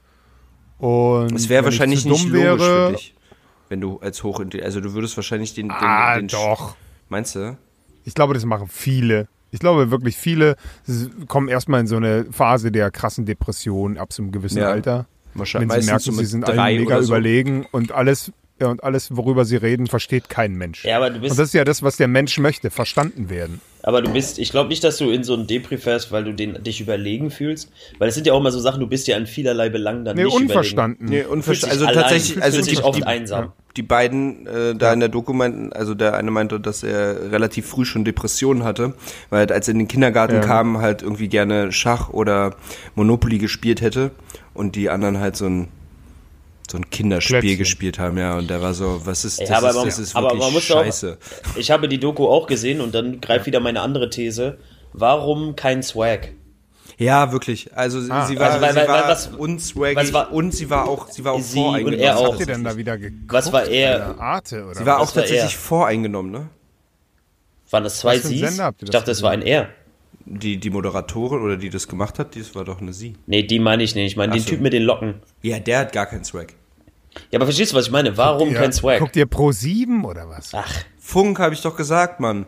Und Es wäre wenn ich wahrscheinlich zu nicht dumm logisch wäre, für dich, wenn du als hochintelligent, also du würdest wahrscheinlich den, den, Ah, den doch. Meinst du? Ich glaube, das machen viele. Ich glaube wirklich, viele kommen erstmal in so eine Phase der krassen Depression ab so einem gewissen Ja. Alter. Wahrscheinlich. Wenn sie Meistens merken, so mit sie sind drei allen mega oder so. überlegen und alles, ja, und alles, worüber sie reden, versteht kein Mensch. ja, aber du Und bist, das ist ja das, was der Mensch möchte, verstanden werden. aber du bist, ich glaube nicht, dass du in so einen Depri fährst, weil du den, dich überlegen fühlst. Weil es sind ja auch mal so Sachen, du bist ja in vielerlei Belangen dann Nee, nicht unverstanden. Nee, überlegen. Fühlst unverständlich. dich Also allein, tatsächlich, also fühlst die, dich oft die, einsam. die beiden äh, da in der Doku meinten, also der eine meinte, dass er relativ früh schon Depressionen hatte, weil halt, als er in den Kindergarten Ja. kam, halt irgendwie gerne Schach oder Monopoly gespielt hätte und die anderen halt so ein so ein Kinderspiel Plätzchen. gespielt haben, ja, und der war so, was ist das? Ja, aber ist, man- das ist aber wirklich man muss doch- scheiße. Ich habe die Doku auch gesehen und dann greift wieder meine andere These. Warum kein Swag? Ja, wirklich. Also sie Ah. sie war, Also, weil- sie weil- war was- unswaggig was war- und sie war auch, sie war auch Sie und voreingenommen. er Was auch. habt ihr denn da wieder geguckt? Was war er- Alter? Arte oder Sie war was? auch Was war tatsächlich er? voreingenommen, ne? Waren das zwei Was für ein Sie's? Sender habt ihr Ich das dachte, das war ein Er. Die, die Moderatorin oder die das gemacht hat, das war doch eine sie. Nee, die meine ich nicht. Ich meine Ach den so. Typ mit den Locken. Ja, der hat gar keinen Swag. Ja, aber verstehst du, was ich meine? Warum Ja, kein Swag? Guckt ihr Pro sieben oder was? Ach, Funk, habe ich doch gesagt, Mann.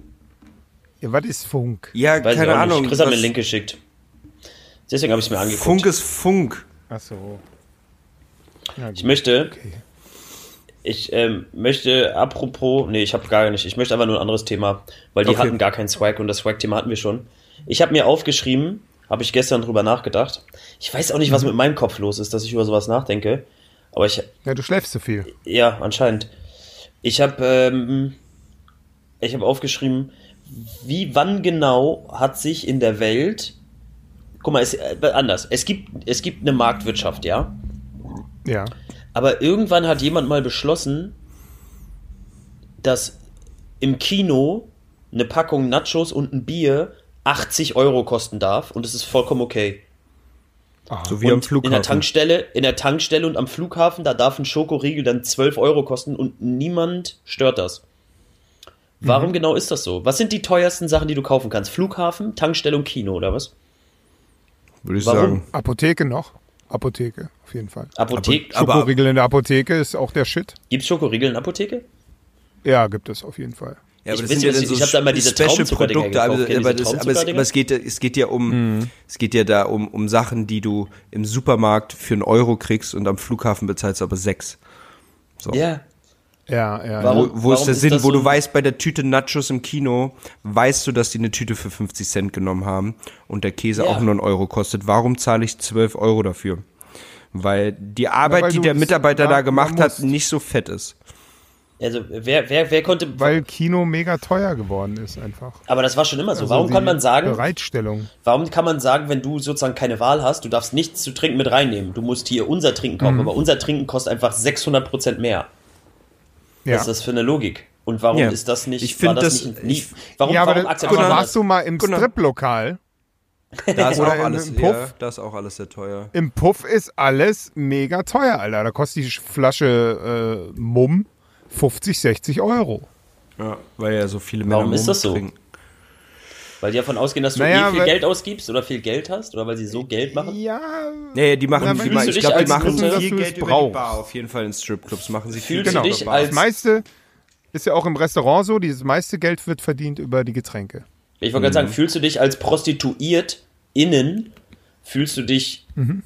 Ja, was ist Funk? Ja, weiß keine ich auch Ahnung. nicht. Chris hat mir was- einen Link geschickt. Deswegen habe ich es mir angeguckt. Funk ist Funk. Ach so. Ja, Ich möchte, Okay. ich ähm, möchte, apropos, nee, ich habe gar nicht, ich möchte einfach nur ein anderes Thema, weil die Okay. hatten gar keinen Swag und das Swag-Thema hatten wir schon. Ich habe mir aufgeschrieben, habe ich gestern drüber nachgedacht. Ich weiß auch nicht, was mit meinem Kopf los ist, dass ich über sowas nachdenke, aber ich, Ja, du schläfst zu viel. ja, anscheinend. Ich habe, ähm, ich habe aufgeschrieben, wie, wann genau hat sich in der Welt, guck mal, es, äh, anders, es gibt, es gibt eine Marktwirtschaft, ja, Ja. aber irgendwann hat jemand mal beschlossen, dass im Kino eine Packung Nachos und ein Bier achtzig Euro kosten darf und es ist vollkommen okay. So wie am Und in Flughafen. der Tankstelle, in der Tankstelle und am Flughafen, da darf ein Schokoriegel dann zwölf Euro kosten und niemand stört das. Warum Mhm. genau ist das so? Was sind die teuersten Sachen, die du kaufen kannst? Flughafen, Tankstelle und Kino, oder was? Würde ich Warum? sagen. Apotheke noch? Apotheke, auf jeden Fall. Apotheke? Aber- Schokoriegel in der Apotheke ist auch der Shit. Gibt's Schokoriegel in der Apotheke? Ja, gibt es auf jeden Fall. Ja, Ich aber das weiß sind ja nicht, dann so ich hab da mal diese Traumzuckerdinger Special-Produkte, aber, gekauft. Kennt ihr aber, diese das, aber, es, aber es geht, ja- es geht ja um, es geht ja da um, um Sachen, die du im Supermarkt für einen Euro kriegst und am Flughafen bezahlst du aber sechs. So. Ja. Ja, ja. Warum? Wo, wo ist der ist Sinn, das wo so du ein- weißt, bei der Tüte Nachos im Kino, weißt du, dass die eine Tüte für fünfzig Cent genommen haben und der Käse Ja. auch nur einen Euro kostet. Warum zahle ich zwölf Euro dafür? Weil die Arbeit, weil die du der es Mitarbeiter da machen gemacht hat, musst. nicht so fett ist. Also, wer, wer, wer konnte. Weil Kino mega teuer geworden ist einfach. aber das war schon immer so. Also Warum die kann man sagen, Bereitstellung. warum kann man sagen, wenn du sozusagen keine Wahl hast, du darfst nichts zu trinken mit reinnehmen. Du musst hier unser Trinken kaufen, Mhm. aber unser Trinken kostet einfach sechshundert Prozent mehr. Ja. Was ist das für eine Logik? Und warum Ja. ist das nicht, Ich find war das, das- nicht, nie, ich- warum, ja, aber, warum das, akzeptiert aber man warst das? du mal im Gunnar. Striplokal? Da ist Oder auch in alles, einem Puff? ja, da ist auch alles sehr teuer. Im Puff ist alles mega teuer, Alter. Da kostet die Flasche äh, Mumm fünfzig, sechzig Euro. Ja, weil ja so viele Männer Warum ist Mumm das so? trinken. Weil die davon ausgehen, dass du Naja, eh viel weil- Geld ausgibst oder viel Geld hast oder weil sie so Geld machen? Ja, Nee, die machen Na, viel, fühlst du ich dich glaube, die als machen Kunde, dass viel du es Geld über die brauchst? Bar. Auf jeden Fall in Stripclubs machen sie viel Fühlst Geld du über dich Bar. als- das meiste ist ja auch im Restaurant so, dieses meiste Geld wird verdient über die Getränke. Ich wollte gerade sagen, fühlst du dich als prostituiert innen, fühlst du dich,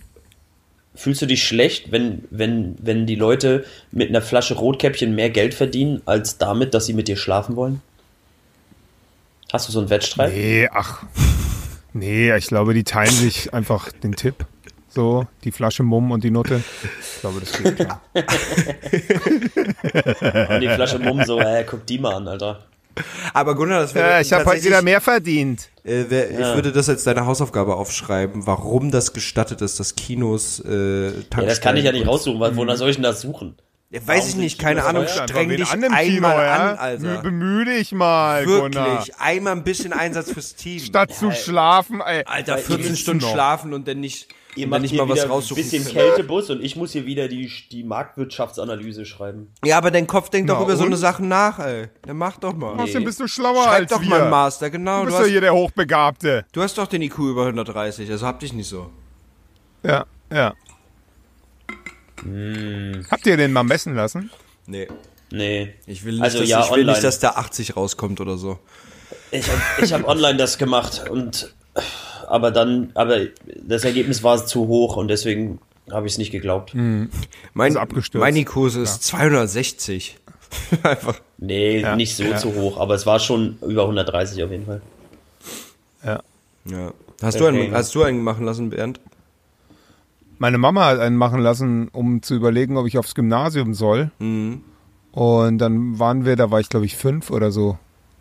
fühlst du dich schlecht, wenn, wenn, wenn die Leute mit einer Flasche Rotkäppchen mehr Geld verdienen, als damit, dass sie mit dir schlafen wollen? Hast du so einen Wettstreit? Nee, ach. Nee, ich glaube, die teilen sich einfach den Tipp. So, die Flasche Mumm und die Nutte. Ich glaube, das geht klar. Und die Flasche Mumm so, äh, guck die mal an, Alter. Aber Gunnar, das wäre Ja, ich habe heute tatsächlich- wieder mehr verdient. Äh, wär, Ja. Ich würde das als deine Hausaufgabe aufschreiben, warum das gestattet ist, dass Kinos, äh, Ja, das kann ich ja nicht Tankstellen raussuchen, weil wonach soll ich denn das suchen? Ja, weiß ich nicht, keine Ahnung, streng dich an einmal Kino, ja? an, Alter. Bemühe dich mal, Gunnar. Wirklich, einmal ein bisschen Einsatz fürs Team. Statt zu schlafen, ey. Alter, Weil vierzehn ihr Stunden noch. schlafen und dann nicht, Ihr und macht dann nicht hier mal was wieder ein raussuchen. bisschen können. Kältebus und ich muss hier wieder die, die Marktwirtschaftsanalyse schreiben. Ja, aber dein Kopf denkt Na, doch über so und? eine Sachen nach, ey. Dann mach doch mal. Außerdem bist du schlauer Schreib als doch wir. mal einen Master, genau. Du Du bist doch hast, hier der Hochbegabte. du hast doch den I Q über hundertdreißig, also hab dich nicht so. Ja, ja. Hm. Habt ihr den mal messen lassen? Nee. Nee. Ich will nicht, Also dass, ja, ich will online. nicht, dass da achtzig rauskommt oder so. Ich habe ich hab online das gemacht und aber dann, aber das Ergebnis war zu hoch und deswegen habe ich es nicht geglaubt. Mein, Ist abgestürzt. mein I Q ist zweihundertsechzig. Einfach. Nee, Ja, nicht so ja. zu hoch, aber es war schon über hundertdreißig auf jeden Fall. Ja. Ja. Hast, du einen, Okay. hast du einen machen lassen, Bernd? Meine Mama hat einen machen lassen, um zu überlegen, ob ich aufs Gymnasium soll. Mhm. Und dann waren wir, da war ich glaube ich fünf oder so.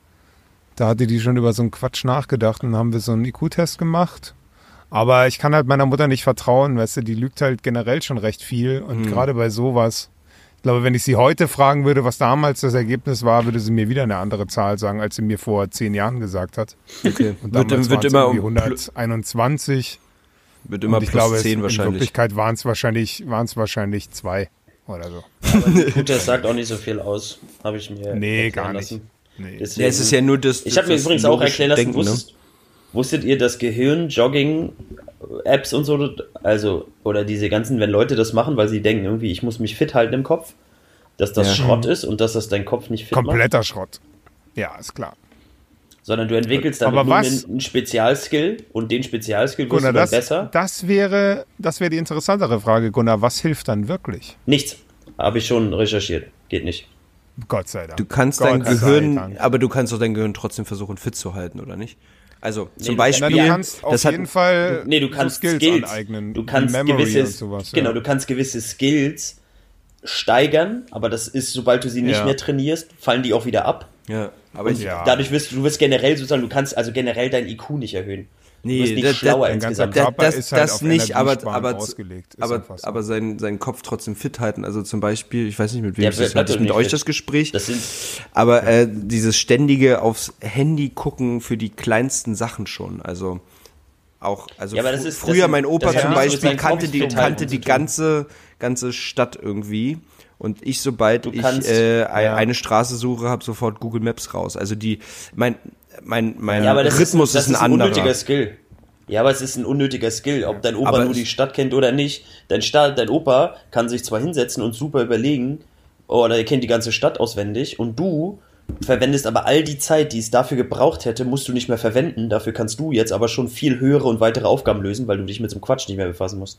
Da hatte die schon über so einen Quatsch nachgedacht und dann haben wir so einen I Q-Test gemacht. Aber ich kann halt meiner Mutter nicht vertrauen, weißt du, die lügt halt generell schon recht viel. Und gerade bei sowas, ich glaube, wenn ich sie heute fragen würde, was damals das Ergebnis war, würde sie mir wieder eine andere Zahl sagen, als sie mir vor zehn Jahren gesagt hat. Okay. Und Wird, damals wird waren's immer irgendwie um hunderteinundzwanzig. Wird immer Und ich plus glaube, es, zehn in wahrscheinlich. Wirklichkeit waren es wahrscheinlich, waren's wahrscheinlich zwei oder so. Gut, das sagt auch nicht so viel aus, habe ich mir Nee, erklären gar nicht. lassen. Nee. Deswegen, Ja, es ist ja nur das. ich habe mir das übrigens auch logische erklären lassen, Denken, ne? wusstet, wusstet ihr, dass Gehirn-Jogging-Apps und so, also, oder diese ganzen, wenn Leute das machen, weil sie denken, irgendwie, ich muss mich fit halten im Kopf, dass das Ja. Schrott ist und dass das deinen Kopf nicht fit macht, Kompletter Schrott. Ja, ist klar. sondern du entwickelst damit Aber nur was- einen, einen Spezialskill und den Spezialskill wirst Gunnar, du dann das, besser. das wäre das wäre die interessantere Frage, Gunnar. Was hilft dann wirklich? Nichts. Habe ich schon recherchiert. Geht nicht. Gott sei Dank. Du kannst Gott dein sei Gehirn, Dank. aber du kannst auch dein Gehirn trotzdem versuchen, fit zu halten, oder nicht? Also, zum du- Beispiel, Na, du kannst auf das hat, jeden Fall Nee, du kannst so Skills, Skills, aneignen. du kannst Memory gewisse, und sowas. genau, ja. du kannst gewisse Skills steigern, aber das ist, sobald du sie nicht Ja. mehr trainierst, fallen die auch wieder ab. ja, aber ich, Ja. Dadurch wirst du, du wirst generell sozusagen, du kannst also generell dein I Q nicht erhöhen. Du Nee, wirst nicht das- schlauer das- Dein ganzer insgesamt. das, Körper das, ist halt das auf nicht, aber, Energiesparen aber, ausgelegt. Ist aber, einfach so. aber seinen, seinen Kopf trotzdem fit halten. Also zum Beispiel, ich weiß nicht, mit wem Der ich das bleibt hatte, ich doch mit nicht euch fit. das Gespräch. Das sind, Aber äh, dieses ständige aufs Handy gucken für die kleinsten Sachen schon. Also auch, also Ja, aber fr das ist- das früher sind- mein Opa das hat zum nichts mit Beispiel seinem kannte Kopf die, fit halten kannte zu die tun. ganze, ganze Stadt irgendwie. Und ich, sobald Du ich kannst- äh, ein- ja. eine Straße suche, habe sofort Google Maps raus. Also die, mein, mein, mein ja, aber das Rhythmus ist, das ist ein ist ein anderer. unnötiger Skill. Ja, aber es ist ein unnötiger Skill. Ob dein Opa Aber nur es- die Stadt kennt oder nicht, dein, Sta dein Opa kann sich zwar hinsetzen und super überlegen, oder er kennt die ganze Stadt auswendig, und du verwendest aber all die Zeit, die es dafür gebraucht hätte, musst du nicht mehr verwenden. Dafür kannst du jetzt aber schon viel höhere und weitere Aufgaben lösen, weil du dich mit so einem Quatsch nicht mehr befassen musst.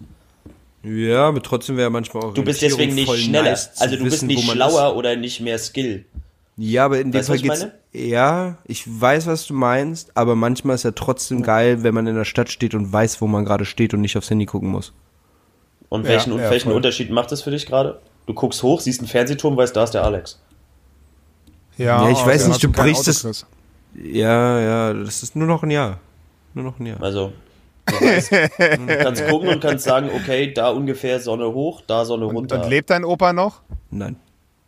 Ja, aber trotzdem wäre manchmal auch Du bist deswegen nicht voll schneller. nice zu Also du bist wissen, nicht wo man schlauer oder nicht mehr Skill. Ja, aber in dem Weißt du, Fall was ich geht's. Ja, ich weiß, was du meinst, aber manchmal ist ja trotzdem geil, wenn man in der Stadt steht und weiß, wo man gerade steht und nicht aufs Handy gucken muss. Und Ja, welchen, ja, welchen voll. Unterschied macht das für dich gerade? Du guckst hoch, siehst einen Fernsehturm, weißt, da ist der Alex. Ja, ich oh, weiß dann nicht, hast du kein brichst Auto, es- Chris. Ja, ja, das ist nur noch ein Jahr. Nur noch ein Jahr. Also, du, weißt, du kannst gucken und kannst sagen, okay, da ungefähr Sonne hoch, da Sonne Und, runter. und lebt dein Opa noch? Nein.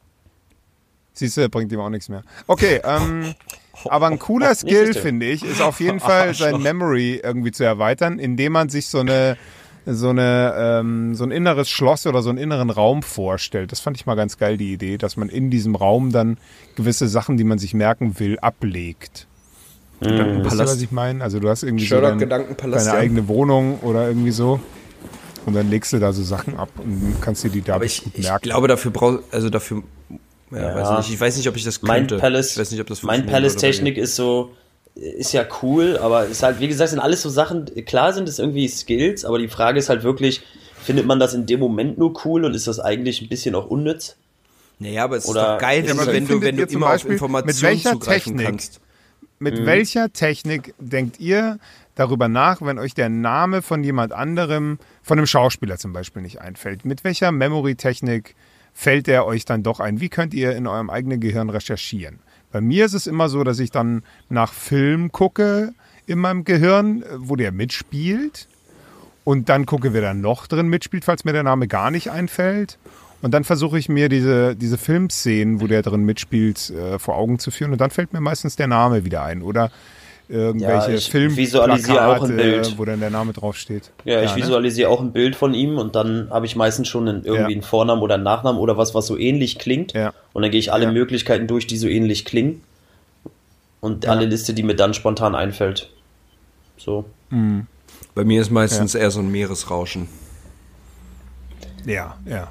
Siehst du, bringt ihm auch nichts mehr. Okay, ähm, aber ein cooler Skill, siehst du. finde ich, ist auf jeden Fall sein Memory irgendwie zu erweitern, indem man sich so eine so eine ähm, so ein inneres Schloss oder so einen inneren Raum vorstellt. Das fand ich mal ganz geil, die Idee, dass man in diesem Raum dann gewisse Sachen, die man sich merken will, ablegt. Wisst ihr, was ich meine? Also du hast irgendwie so Sherlock dein, Gedankenpalast, deine ja. eigene Wohnung oder irgendwie so und dann legst du da so Sachen ab und kannst dir die da Aber ich, gut ich merken. glaube, dafür brauch, also dafür, ja, Ja. weiß nicht. Ich weiß nicht, ob ich das Mein könnte. Palace, ich weiß nicht, ob das mein funktionieren würde bei Palace-Technik ist so, ist ja cool, aber ist halt, wie gesagt, sind alles so Sachen, klar sind es irgendwie Skills, aber die Frage ist halt wirklich, findet man das in dem Moment nur cool und ist das eigentlich ein bisschen auch unnütz? mir. Naja, aber es ist Oder- doch geil, Ja, wenn, aber du- wie wenn du, findet wenn du ihr zum immer auf Beispiel, mit Informationen welcher zugreifen Technik? kannst. Mit welcher Technik denkt ihr darüber nach, wenn euch der Name von jemand anderem, von einem Schauspieler zum Beispiel nicht einfällt? Mit welcher Memory-Technik fällt der euch dann doch ein? Wie könnt ihr in eurem eigenen Gehirn recherchieren? Bei mir ist es immer so, dass ich dann nach Film gucke in meinem Gehirn, wo der mitspielt. Und dann gucke, wer da noch drin mitspielt, falls mir der Name gar nicht einfällt. Und dann versuche ich mir diese, diese Filmszenen, wo der drin mitspielt, äh, vor Augen zu führen. Und dann fällt mir meistens der Name wieder ein. Oder irgendwelche ja, ich Filmplakate, visualisiere auch ein Bild, wo dann der Name draufsteht. Ja, ich ja, visualisiere ne? auch ein Bild von ihm und dann habe ich meistens schon einen, irgendwie ja. einen Vornamen oder einen Nachnamen oder was, was so ähnlich klingt. Ja. Und dann gehe ich alle ja. Möglichkeiten durch, die so ähnlich klingen. Und ja. alle Liste, die mir dann spontan einfällt. So. Mhm. Bei mir ist meistens ja. eher so ein Meeresrauschen. Ja, ja.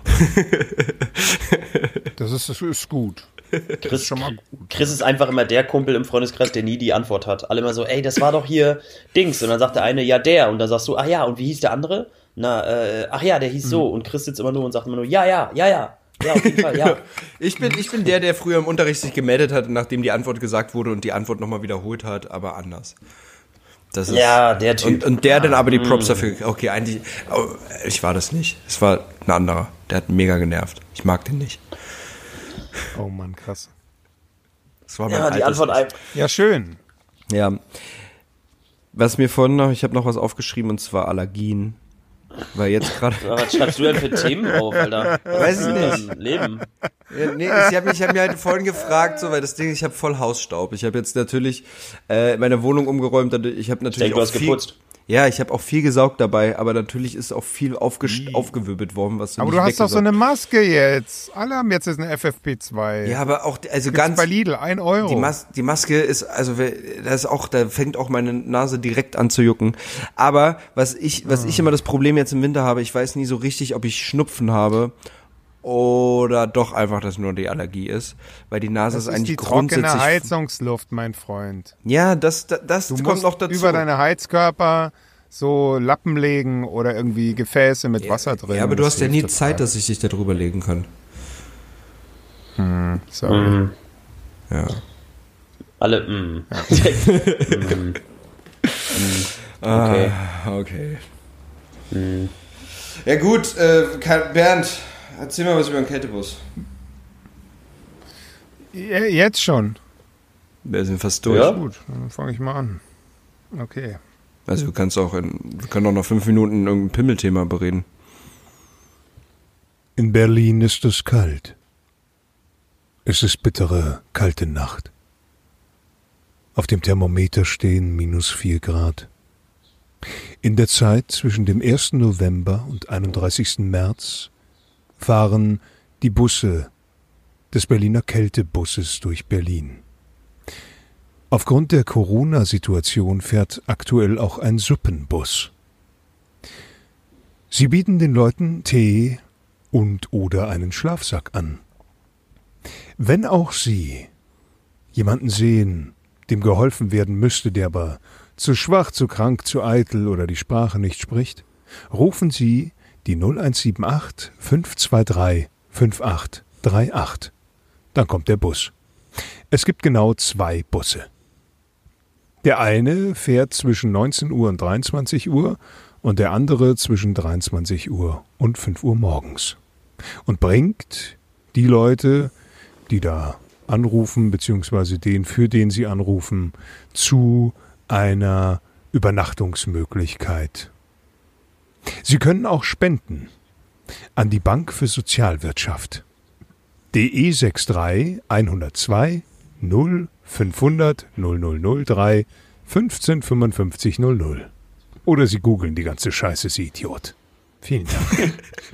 das, ist, das ist gut. Chris, ist schon mal gut. Chris ist einfach immer der Kumpel im Freundeskreis, der nie die Antwort hat. Alle immer so, ey, das war doch hier Dings. Und dann sagt der eine, ja, der. Und dann sagst du, ach ja, und wie hieß der andere? Na, äh, ach ja, der hieß mhm. so. Und Chris sitzt immer nur und sagt immer nur, ja, ja, ja, ja. Ja, auf jeden Fall, ja. ich, bin, ich bin der, der früher im Unterricht sich gemeldet hat, nachdem die Antwort gesagt wurde und die Antwort nochmal wiederholt hat, aber anders. Das ist, ja, der Typ. Und, und der dann aber die Props dafür, okay, eigentlich, oh, ich war das nicht. Es war ein anderer. Der hat mega genervt. Ich mag den nicht. Oh Mann, krass. Das war mein ja, die Antwort ein. Ja, schön. Ja. Was mir vorhin noch, ich habe noch was aufgeschrieben und zwar Allergien. Weil jetzt gerade. Was schreibst du denn für Themen auf, Alter? Was Weiß ich nicht. Leben. Ja, nee, ich habe mich, hab mir halt vorhin gefragt, so, weil das Ding, ich habe voll Hausstaub. Ich habe jetzt natürlich äh, meine Wohnung umgeräumt. Ich habe natürlich ich denke, auch du hast viel, geputzt. Ja, ich habe auch viel gesaugt dabei, aber natürlich ist auch viel aufges- aufgewirbelt worden, was du Aber nicht du hast doch so weggesaugt- eine Maske jetzt. Alle haben jetzt eine F F P zwei. Ja, aber auch, also Gibt's ganz. bei Lidl, ein Euro. Die, Mas- die Maske ist, also, da ist auch, da fängt auch meine Nase direkt an zu jucken. Aber was ich, was ich immer das Problem jetzt im Winter habe, ich weiß nie so richtig, ob ich Schnupfen habe oder doch einfach, dass nur die Allergie ist, weil die Nase das ist ist eigentlich die trockene grundsätzlich. Heizungsluft, mein Freund. Ja, das, das, das Du kommt musst noch dazu. über deine Heizkörper so Lappen legen oder irgendwie Gefäße mit ja, Wasser drin. Ja, aber du Das hast ja hilft nie total. Zeit, dass ich dich da drüber legen kann. Hm, sorry. Mhm. Ja. Alle, mm. mm. Okay. Ah, okay. Mm. Ja gut, äh, Bernd, erzähl mal was über den Kältebus. Ja, jetzt schon. Wir sind fast durch. Ja. Gut, dann fange ich mal an. Okay. Also du kannst auch in, wir können auch noch fünf Minuten irgendein Pimmelthema bereden. In Berlin ist es kalt. Es ist bittere, kalte Nacht. Auf dem Thermometer stehen minus vier Grad. In der Zeit zwischen dem ersten November und einunddreißigsten März fahren die Busse des Berliner Kältebusses durch Berlin. Aufgrund der Corona-Situation fährt aktuell auch ein Suppenbus. Sie bieten den Leuten Tee und oder einen Schlafsack an. Wenn auch Sie jemanden sehen, dem geholfen werden müsste, der aber zu schwach, zu krank, zu eitel oder die Sprache nicht spricht, rufen Sie die null eins sieben acht fünf zwei drei fünf acht drei acht. Dann kommt der Bus. Es gibt genau zwei Busse. Der eine fährt zwischen neunzehn Uhr und dreiundzwanzig Uhr und der andere zwischen dreiundzwanzig Uhr und fünf Uhr morgens. Und bringt die Leute, die da anrufen, beziehungsweise den, für den sie anrufen, zu einer Übernachtungsmöglichkeit. Sie können auch spenden an die Bank für Sozialwirtschaft. D E sechs drei eins null zwei null fünfhundert null null null drei fünfzehn fünfundfünfzig null null. Oder Sie googeln die ganze Scheiße, Sie Idiot. Vielen Dank.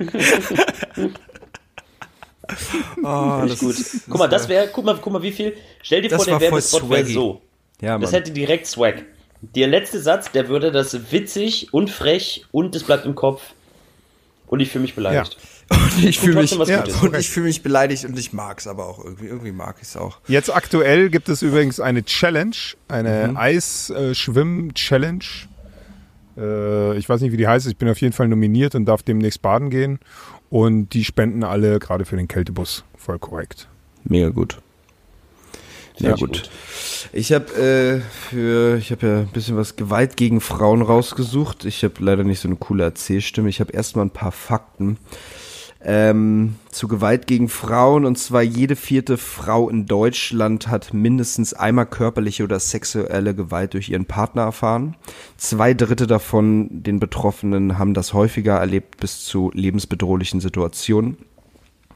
Oh, das gut. Ist, guck mal, das wäre, guck mal, guck mal, wie viel. Stell dir vor, der Werbespot wäre so. Ja, das hätte direkt Swag. Der letzte Satz, der würde das witzig und frech und es bleibt im Kopf. Und ich fühle mich beleidigt. Ja. Und ich fühle mich, ja, und ich fühl mich beleidigt und ich mag es aber auch irgendwie. Irgendwie mag ich es auch. Jetzt aktuell gibt es übrigens eine Challenge, eine mhm. Eisschwimm-Challenge. Äh, ich weiß nicht, wie die heißt. Ich bin auf jeden Fall nominiert und darf demnächst baden gehen. Und die spenden alle gerade für den Kältebus. Voll korrekt. Mega gut. Sehr ja, gut. gut. Ich habe äh, für, ich habe ja ein bisschen was Gewalt gegen Frauen rausgesucht. Ich habe leider nicht so eine coole Erzählstimme. Ich habe erstmal ein paar Fakten ähm, zu Gewalt gegen Frauen. Und zwar jede vierte Frau in Deutschland hat mindestens einmal körperliche oder sexuelle Gewalt durch ihren Partner erfahren. Zwei Drittel davon, den Betroffenen, haben das häufiger erlebt bis zu lebensbedrohlichen Situationen.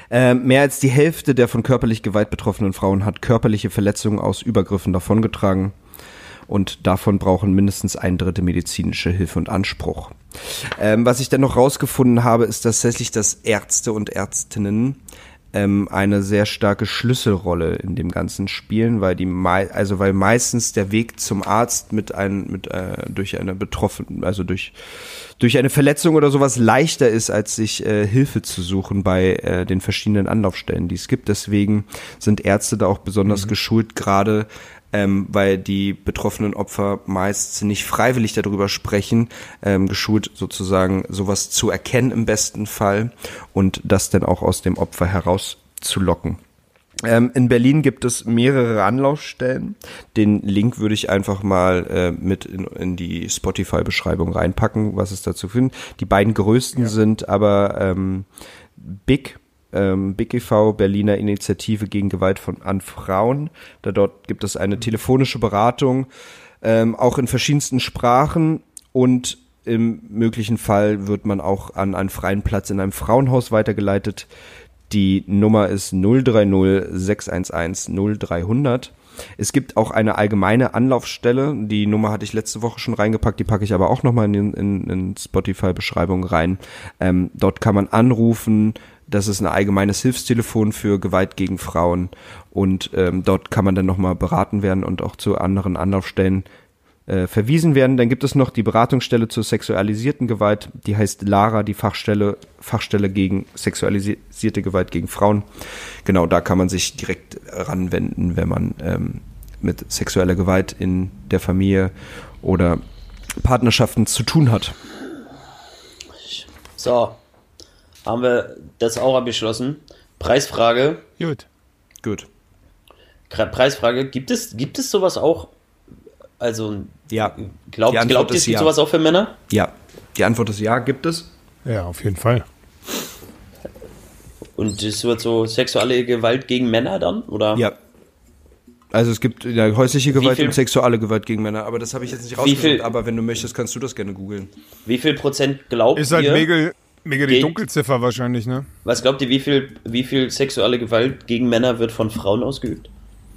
Äh, mehr als die Hälfte der von körperlich Gewalt betroffenen Frauen hat körperliche Verletzungen aus Übergriffen davongetragen. Und davon brauchen mindestens ein Drittel medizinische Hilfe und Anspruch. Ähm, was ich dann noch rausgefunden habe, ist tatsächlich, dass Ärzte und Ärztinnen ähm, eine sehr starke Schlüsselrolle in dem Ganzen spielen, weil die mei- also weil meistens der Weg zum Arzt mit ein, mit äh, durch eine betroffene, also durch durch eine Verletzung oder sowas leichter ist, als sich äh, Hilfe zu suchen bei äh, den verschiedenen Anlaufstellen, die es gibt. Deswegen sind Ärzte da auch besonders mhm. geschult, gerade Ähm, weil die betroffenen Opfer meist nicht freiwillig darüber sprechen, ähm, geschult sozusagen sowas zu erkennen im besten Fall und das dann auch aus dem Opfer herauszulocken. Ähm, in Berlin gibt es mehrere Anlaufstellen. Den Link würde ich einfach mal äh, mit in, in die Spotify-Beschreibung reinpacken, was es dazu findet. Die beiden größten ja. sind aber ähm, Big Ähm, B G V, Berliner Initiative gegen Gewalt von, an Frauen. Da dort gibt es eine telefonische Beratung, ähm, auch in verschiedensten Sprachen und im möglichen Fall wird man auch an einen freien Platz in einem Frauenhaus weitergeleitet. Die Nummer ist null drei null sechs eins eins null drei hundert. Es gibt auch eine allgemeine Anlaufstelle. Die Nummer hatte ich letzte Woche schon reingepackt, die packe ich aber auch nochmal in, in, in Spotify-Beschreibung rein. Ähm, dort kann man anrufen. Das ist ein allgemeines Hilfstelefon für Gewalt gegen Frauen und ähm, dort kann man dann nochmal beraten werden und auch zu anderen Anlaufstellen äh, verwiesen werden. Dann gibt es noch die Beratungsstelle zur sexualisierten Gewalt, die heißt Lara, die Fachstelle, Fachstelle gegen sexualisierte Gewalt gegen Frauen. Genau, da kann man sich direkt ranwenden, wenn man ähm, mit sexueller Gewalt in der Familie oder Partnerschaften zu tun hat. So. Haben wir das auch abgeschlossen. Preisfrage. Gut. Gut. Preisfrage. Gibt es, gibt es sowas auch? Also, ja. Glaubt, glaubt ihr, es gibt ja. sowas auch für Männer? Ja. Die Antwort ist ja, gibt es. Ja, auf jeden Fall. Und es wird so sexuelle Gewalt gegen Männer dann? Oder? Ja. Also es gibt ja, häusliche Gewalt viel, und sexuelle Gewalt gegen Männer, aber das habe ich jetzt nicht rausgesucht, aber wenn du möchtest, kannst du das gerne googeln. Wie viel Prozent glaubt ist halt ihr? Mega, mega die Dunkelziffer wahrscheinlich, ne? Was glaubt ihr, wie viel, wie viel sexuelle Gewalt gegen Männer wird von Frauen ausgeübt?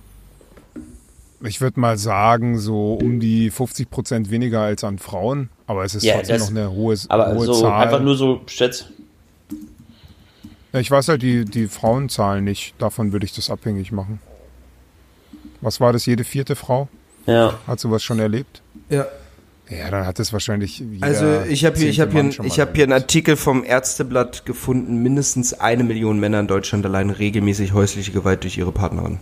Ich würde mal sagen, so um die fünfzig Prozent weniger als an Frauen, aber es ist ja, trotzdem noch eine hohe, aber hohe so Zahl. Einfach nur so schätz. Ich weiß halt die, die Frauenzahlen nicht, davon würde ich das abhängig machen. Was war das, jede vierte Frau? Ja. Hat sowas schon erlebt? Ja. Ja, dann hat es wahrscheinlich jeder Also ich habe hier, ich hab hier, Mann schon ich mal hab hier einen erlebt. Artikel vom Ärzteblatt gefunden, mindestens eine Million Männer in Deutschland allein regelmäßig häusliche Gewalt durch ihre Partnerin.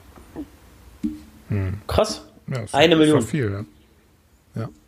Hm. Krass. Ja, ist, eine Million. Ist viel, ja. Ja.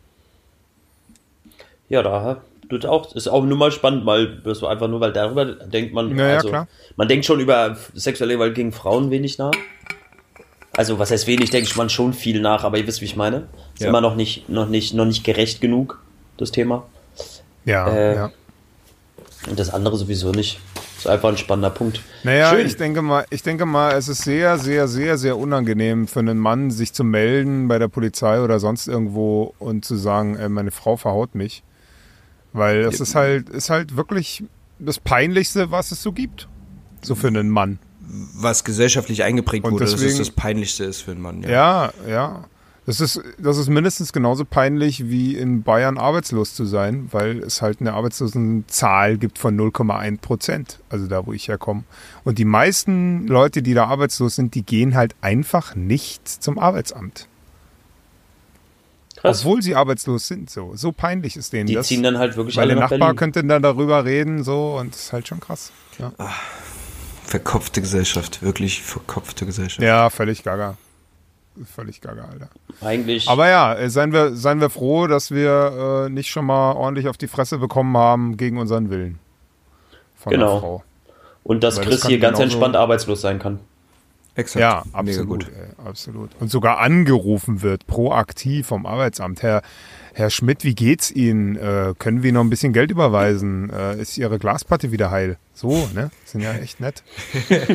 Ja, da das auch, ist auch nur mal spannend, mal so einfach nur, weil darüber denkt man, naja, also, klar. man denkt schon über sexuelle Gewalt gegen Frauen wenig nach. Also was heißt wenig, denkt man schon viel nach, aber ihr wisst, wie ich meine. Ist Ja. immer noch nicht, noch nicht, noch nicht gerecht genug, das Thema. Ja, Äh, ja. Und das andere sowieso nicht. Ist einfach ein spannender Punkt. Naja, Schön. ich denke mal, ich denke mal, es ist sehr, sehr, sehr, sehr unangenehm für einen Mann, sich zu melden bei der Polizei oder sonst irgendwo und zu sagen, äh, meine Frau verhaut mich. Weil es ist halt, ist halt wirklich das Peinlichste, was es so gibt. So für einen Mann. Was gesellschaftlich eingeprägt Und wurde, dass deswegen- es das Peinlichste ist für einen Mann. Ja. Ja, ja. Das ist, das ist mindestens genauso peinlich, wie in Bayern arbeitslos zu sein, weil es halt eine Arbeitslosenzahl gibt von null Komma eins Prozent, also da, wo ich herkomme. Und die meisten Leute, die da arbeitslos sind, die gehen halt einfach nicht zum Arbeitsamt. Krass. Obwohl sie arbeitslos sind, so. So peinlich ist denen Die das. ziehen dann halt wirklich weil alle der nach Nachbar Berlin. könnte dann darüber reden, so, und das ist halt schon krass. Ja, Verkopfte Gesellschaft, wirklich verkopfte Gesellschaft. ja völlig gaga. Völlig gaga, Alter. Eigentlich. Aber ja, äh, seien wir, seien wir froh, dass wir äh, nicht schon mal ordentlich auf die Fresse bekommen haben gegen unseren Willen. Von Genau. der Frau. und dass weil das Chris kann hier ganz genauso- entspannt arbeitslos sein kann. Exakt. Ja, Mega absolut. gut. Ey, absolut. Und sogar angerufen wird, proaktiv vom Arbeitsamt. Herr, Herr Schmidt, wie geht's Ihnen? Äh, können wir noch ein bisschen Geld überweisen? Äh, ist Ihre Glasplatte wieder heil? So, ne? Sind ja echt nett.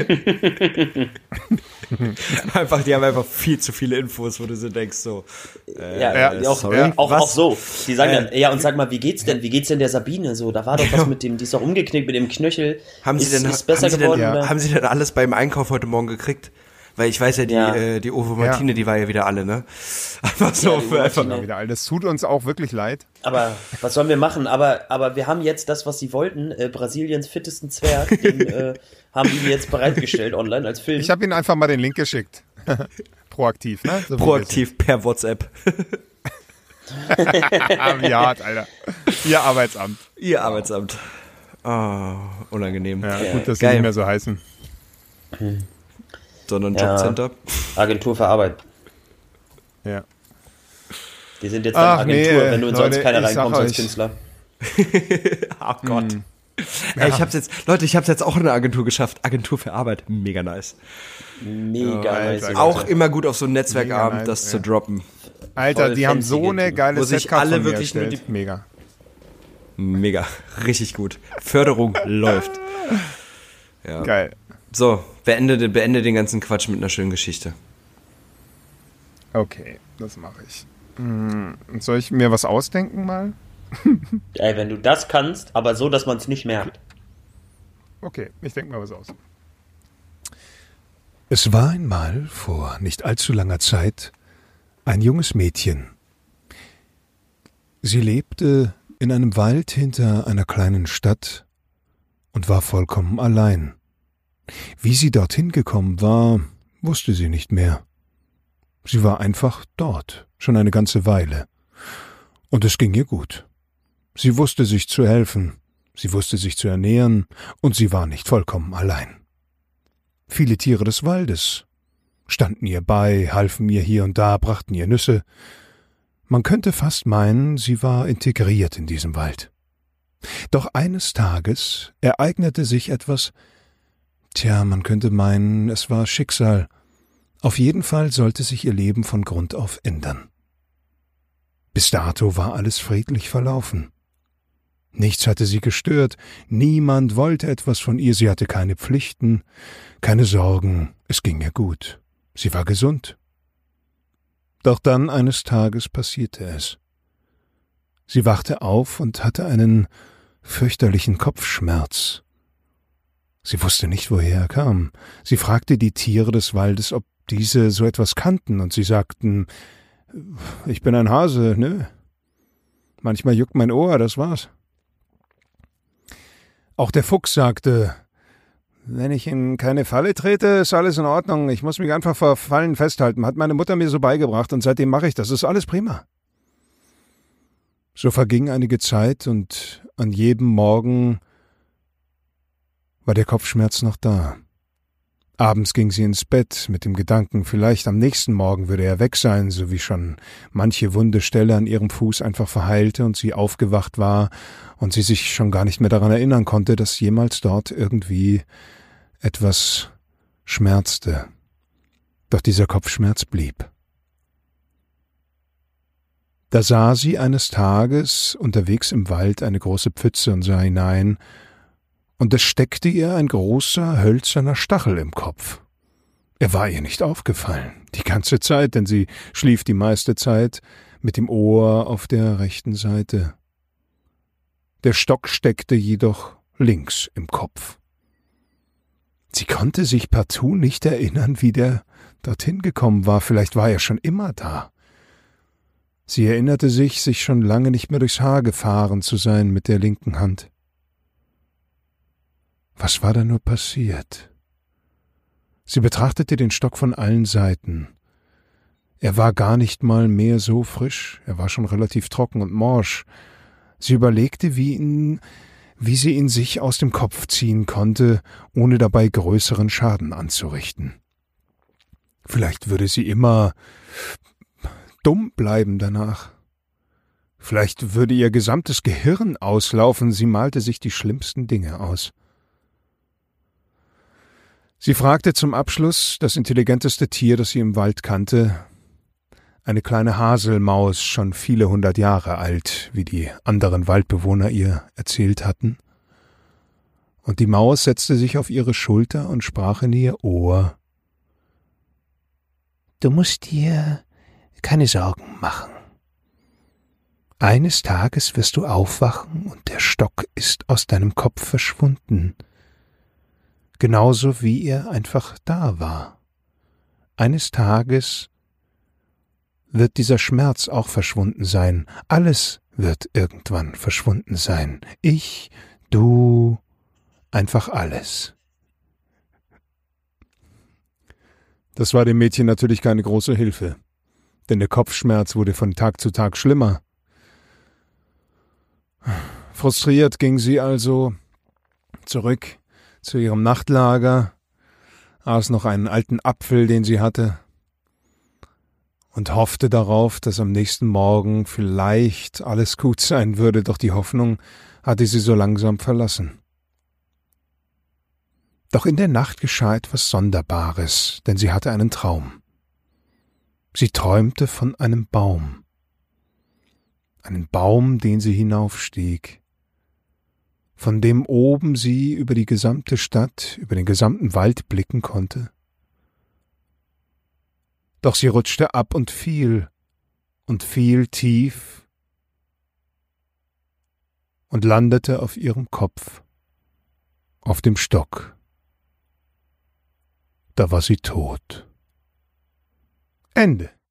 Einfach, die haben einfach viel zu viele Infos, wo du so denkst, so. Äh, Ja, äh, auch, sorry, auch, was? auch so. Die sagen Äh, dann, ja, und sag mal, wie geht's denn? Wie geht's denn der Sabine? So, da war doch was mit dem, die ist doch umgeknickt mit dem Knöchel. Haben ist, Sie denn, ist besser haben Sie geworden? denn, Oder? haben Sie denn alles beim Einkauf heute Morgen gekriegt? Weil ich weiß ja, die, Ja. äh, die Ovo Martine, Ja. die war ja wieder alle, ne? Einfach so, Ja, die für einfach. Martine. Wieder all. Das tut uns auch wirklich leid. Aber was sollen wir machen? Aber, aber wir haben jetzt das, was sie wollten. Äh, Brasiliens fittesten Zwerg, den äh, haben die jetzt bereitgestellt online als Film. Ich habe Ihnen einfach mal den Link geschickt. Proaktiv, ne? So wie wir Proaktiv per WhatsApp. sind. Ah, wie hart, Alter. Ihr Arbeitsamt. Ihr Arbeitsamt. Oh, unangenehm. Ja, gut, dass sie Geil. nicht mehr so heißen. Sondern Ja. Jobcenter. Agentur für Arbeit. Ja. Die sind jetzt Ach, dann Agentur, nee, wenn du in Leute, sonst keiner ich sag reinkommst als euch. Künstler. Oh Gott. Ey, ich hab's jetzt, Leute, ich hab's jetzt auch in der Agentur geschafft. Agentur für Arbeit. Mega nice. Mega Alter, nice. Auch immer gut auf so einem Mega Netzwerkabend, nice, das ja. zu droppen. Alter, Voll die haben fancy so eine Agentur. geile Wo sich Setcard alle von mir wirklich nur erstellt. Mega. Mega. Richtig gut. Förderung läuft. Ja. Geil. So, beende, beende den ganzen Quatsch mit einer schönen Geschichte. Okay, das mache ich. Hm, soll ich mir was ausdenken mal? Ey, wenn du das kannst, aber so, dass man es nicht merkt. Okay, ich denke mal was aus. Es war einmal, vor nicht allzu langer Zeit, ein junges Mädchen. Sie lebte in einem Wald hinter einer kleinen Stadt und war vollkommen allein. Wie sie dorthin gekommen war, wusste sie nicht mehr. Sie war einfach dort, schon eine ganze Weile. Und es ging ihr gut. Sie wusste sich zu helfen, sie wusste sich zu ernähren, und sie war nicht vollkommen allein. Viele Tiere des Waldes standen ihr bei, halfen ihr hier und da, brachten ihr Nüsse. Man könnte fast meinen, sie war integriert in diesem Wald. Doch eines Tages ereignete sich etwas, tja, man könnte meinen, es war Schicksal. Auf jeden Fall sollte sich ihr Leben von Grund auf ändern. Bis dato war alles friedlich verlaufen. Nichts hatte sie gestört, niemand wollte etwas von ihr, sie hatte keine Pflichten, keine Sorgen, es ging ihr gut, sie war gesund. Doch dann eines Tages passierte es. Sie wachte auf und hatte einen fürchterlichen Kopfschmerz. Sie wusste nicht, woher er kam. Sie fragte die Tiere des Waldes, ob diese so etwas kannten, und sie sagten, »Ich bin ein Hase, ne? Manchmal juckt mein Ohr, das war's.« Auch der Fuchs sagte, »Wenn ich in keine Falle trete, ist alles in Ordnung. Ich muss mich einfach vor Fallen festhalten. Hat meine Mutter mir so beigebracht, und seitdem mache ich das. Ist alles prima.« So verging einige Zeit, und an jedem Morgen war der Kopfschmerz noch da. Abends ging sie ins Bett mit dem Gedanken, vielleicht am nächsten Morgen würde er weg sein, so wie schon manche wunde Stelle an ihrem Fuß einfach verheilte und sie aufgewacht war und sie sich schon gar nicht mehr daran erinnern konnte, dass jemals dort irgendwie etwas schmerzte. Doch dieser Kopfschmerz blieb. Da sah sie eines Tages unterwegs im Wald eine große Pfütze und sah hinein, und es steckte ihr ein großer, hölzerner Stachel im Kopf. Er war ihr nicht aufgefallen, die ganze Zeit, denn sie schlief die meiste Zeit mit dem Ohr auf der rechten Seite. Der Stock steckte jedoch links im Kopf. Sie konnte sich partout nicht erinnern, wie der dorthin gekommen war, vielleicht war er schon immer da. Sie erinnerte sich, sich schon lange nicht mehr durchs Haar gefahren zu sein mit der linken Hand. Was war da nur passiert? Sie betrachtete den Stock von allen Seiten. Er war gar nicht mal mehr so frisch, er war schon relativ trocken und morsch. Sie überlegte, wie, ihn, wie sie ihn sich aus dem Kopf ziehen konnte, ohne dabei größeren Schaden anzurichten. Vielleicht würde sie immer dumm bleiben danach. Vielleicht würde ihr gesamtes Gehirn auslaufen, sie malte sich die schlimmsten Dinge aus. Sie fragte zum Abschluss das intelligenteste Tier, das sie im Wald kannte, eine kleine Haselmaus, schon viele hundert Jahre alt, wie die anderen Waldbewohner ihr erzählt hatten. Und die Maus setzte sich auf ihre Schulter und sprach in ihr Ohr. »Du musst dir keine Sorgen machen. Eines Tages wirst du aufwachen und der Stock ist aus deinem Kopf verschwunden, genauso wie er einfach da war. Eines Tages wird dieser Schmerz auch verschwunden sein. Alles wird irgendwann verschwunden sein. Ich, du, einfach alles. Das war dem Mädchen natürlich keine große Hilfe, denn der Kopfschmerz wurde von Tag zu Tag schlimmer. Frustriert ging sie also zurück zu ihrem Nachtlager, aß noch einen alten Apfel, den sie hatte, und hoffte darauf, dass am nächsten Morgen vielleicht alles gut sein würde, doch die Hoffnung hatte sie so langsam verlassen. Doch in der Nacht geschah etwas Sonderbares, denn sie hatte einen Traum. Sie träumte von einem Baum. Einen Baum, den sie hinaufstieg, von dem oben sie über die gesamte Stadt, über den gesamten Wald blicken konnte. Doch sie rutschte ab und fiel, und fiel tief und landete auf ihrem Kopf, auf dem Stock. Da war sie tot. Ende.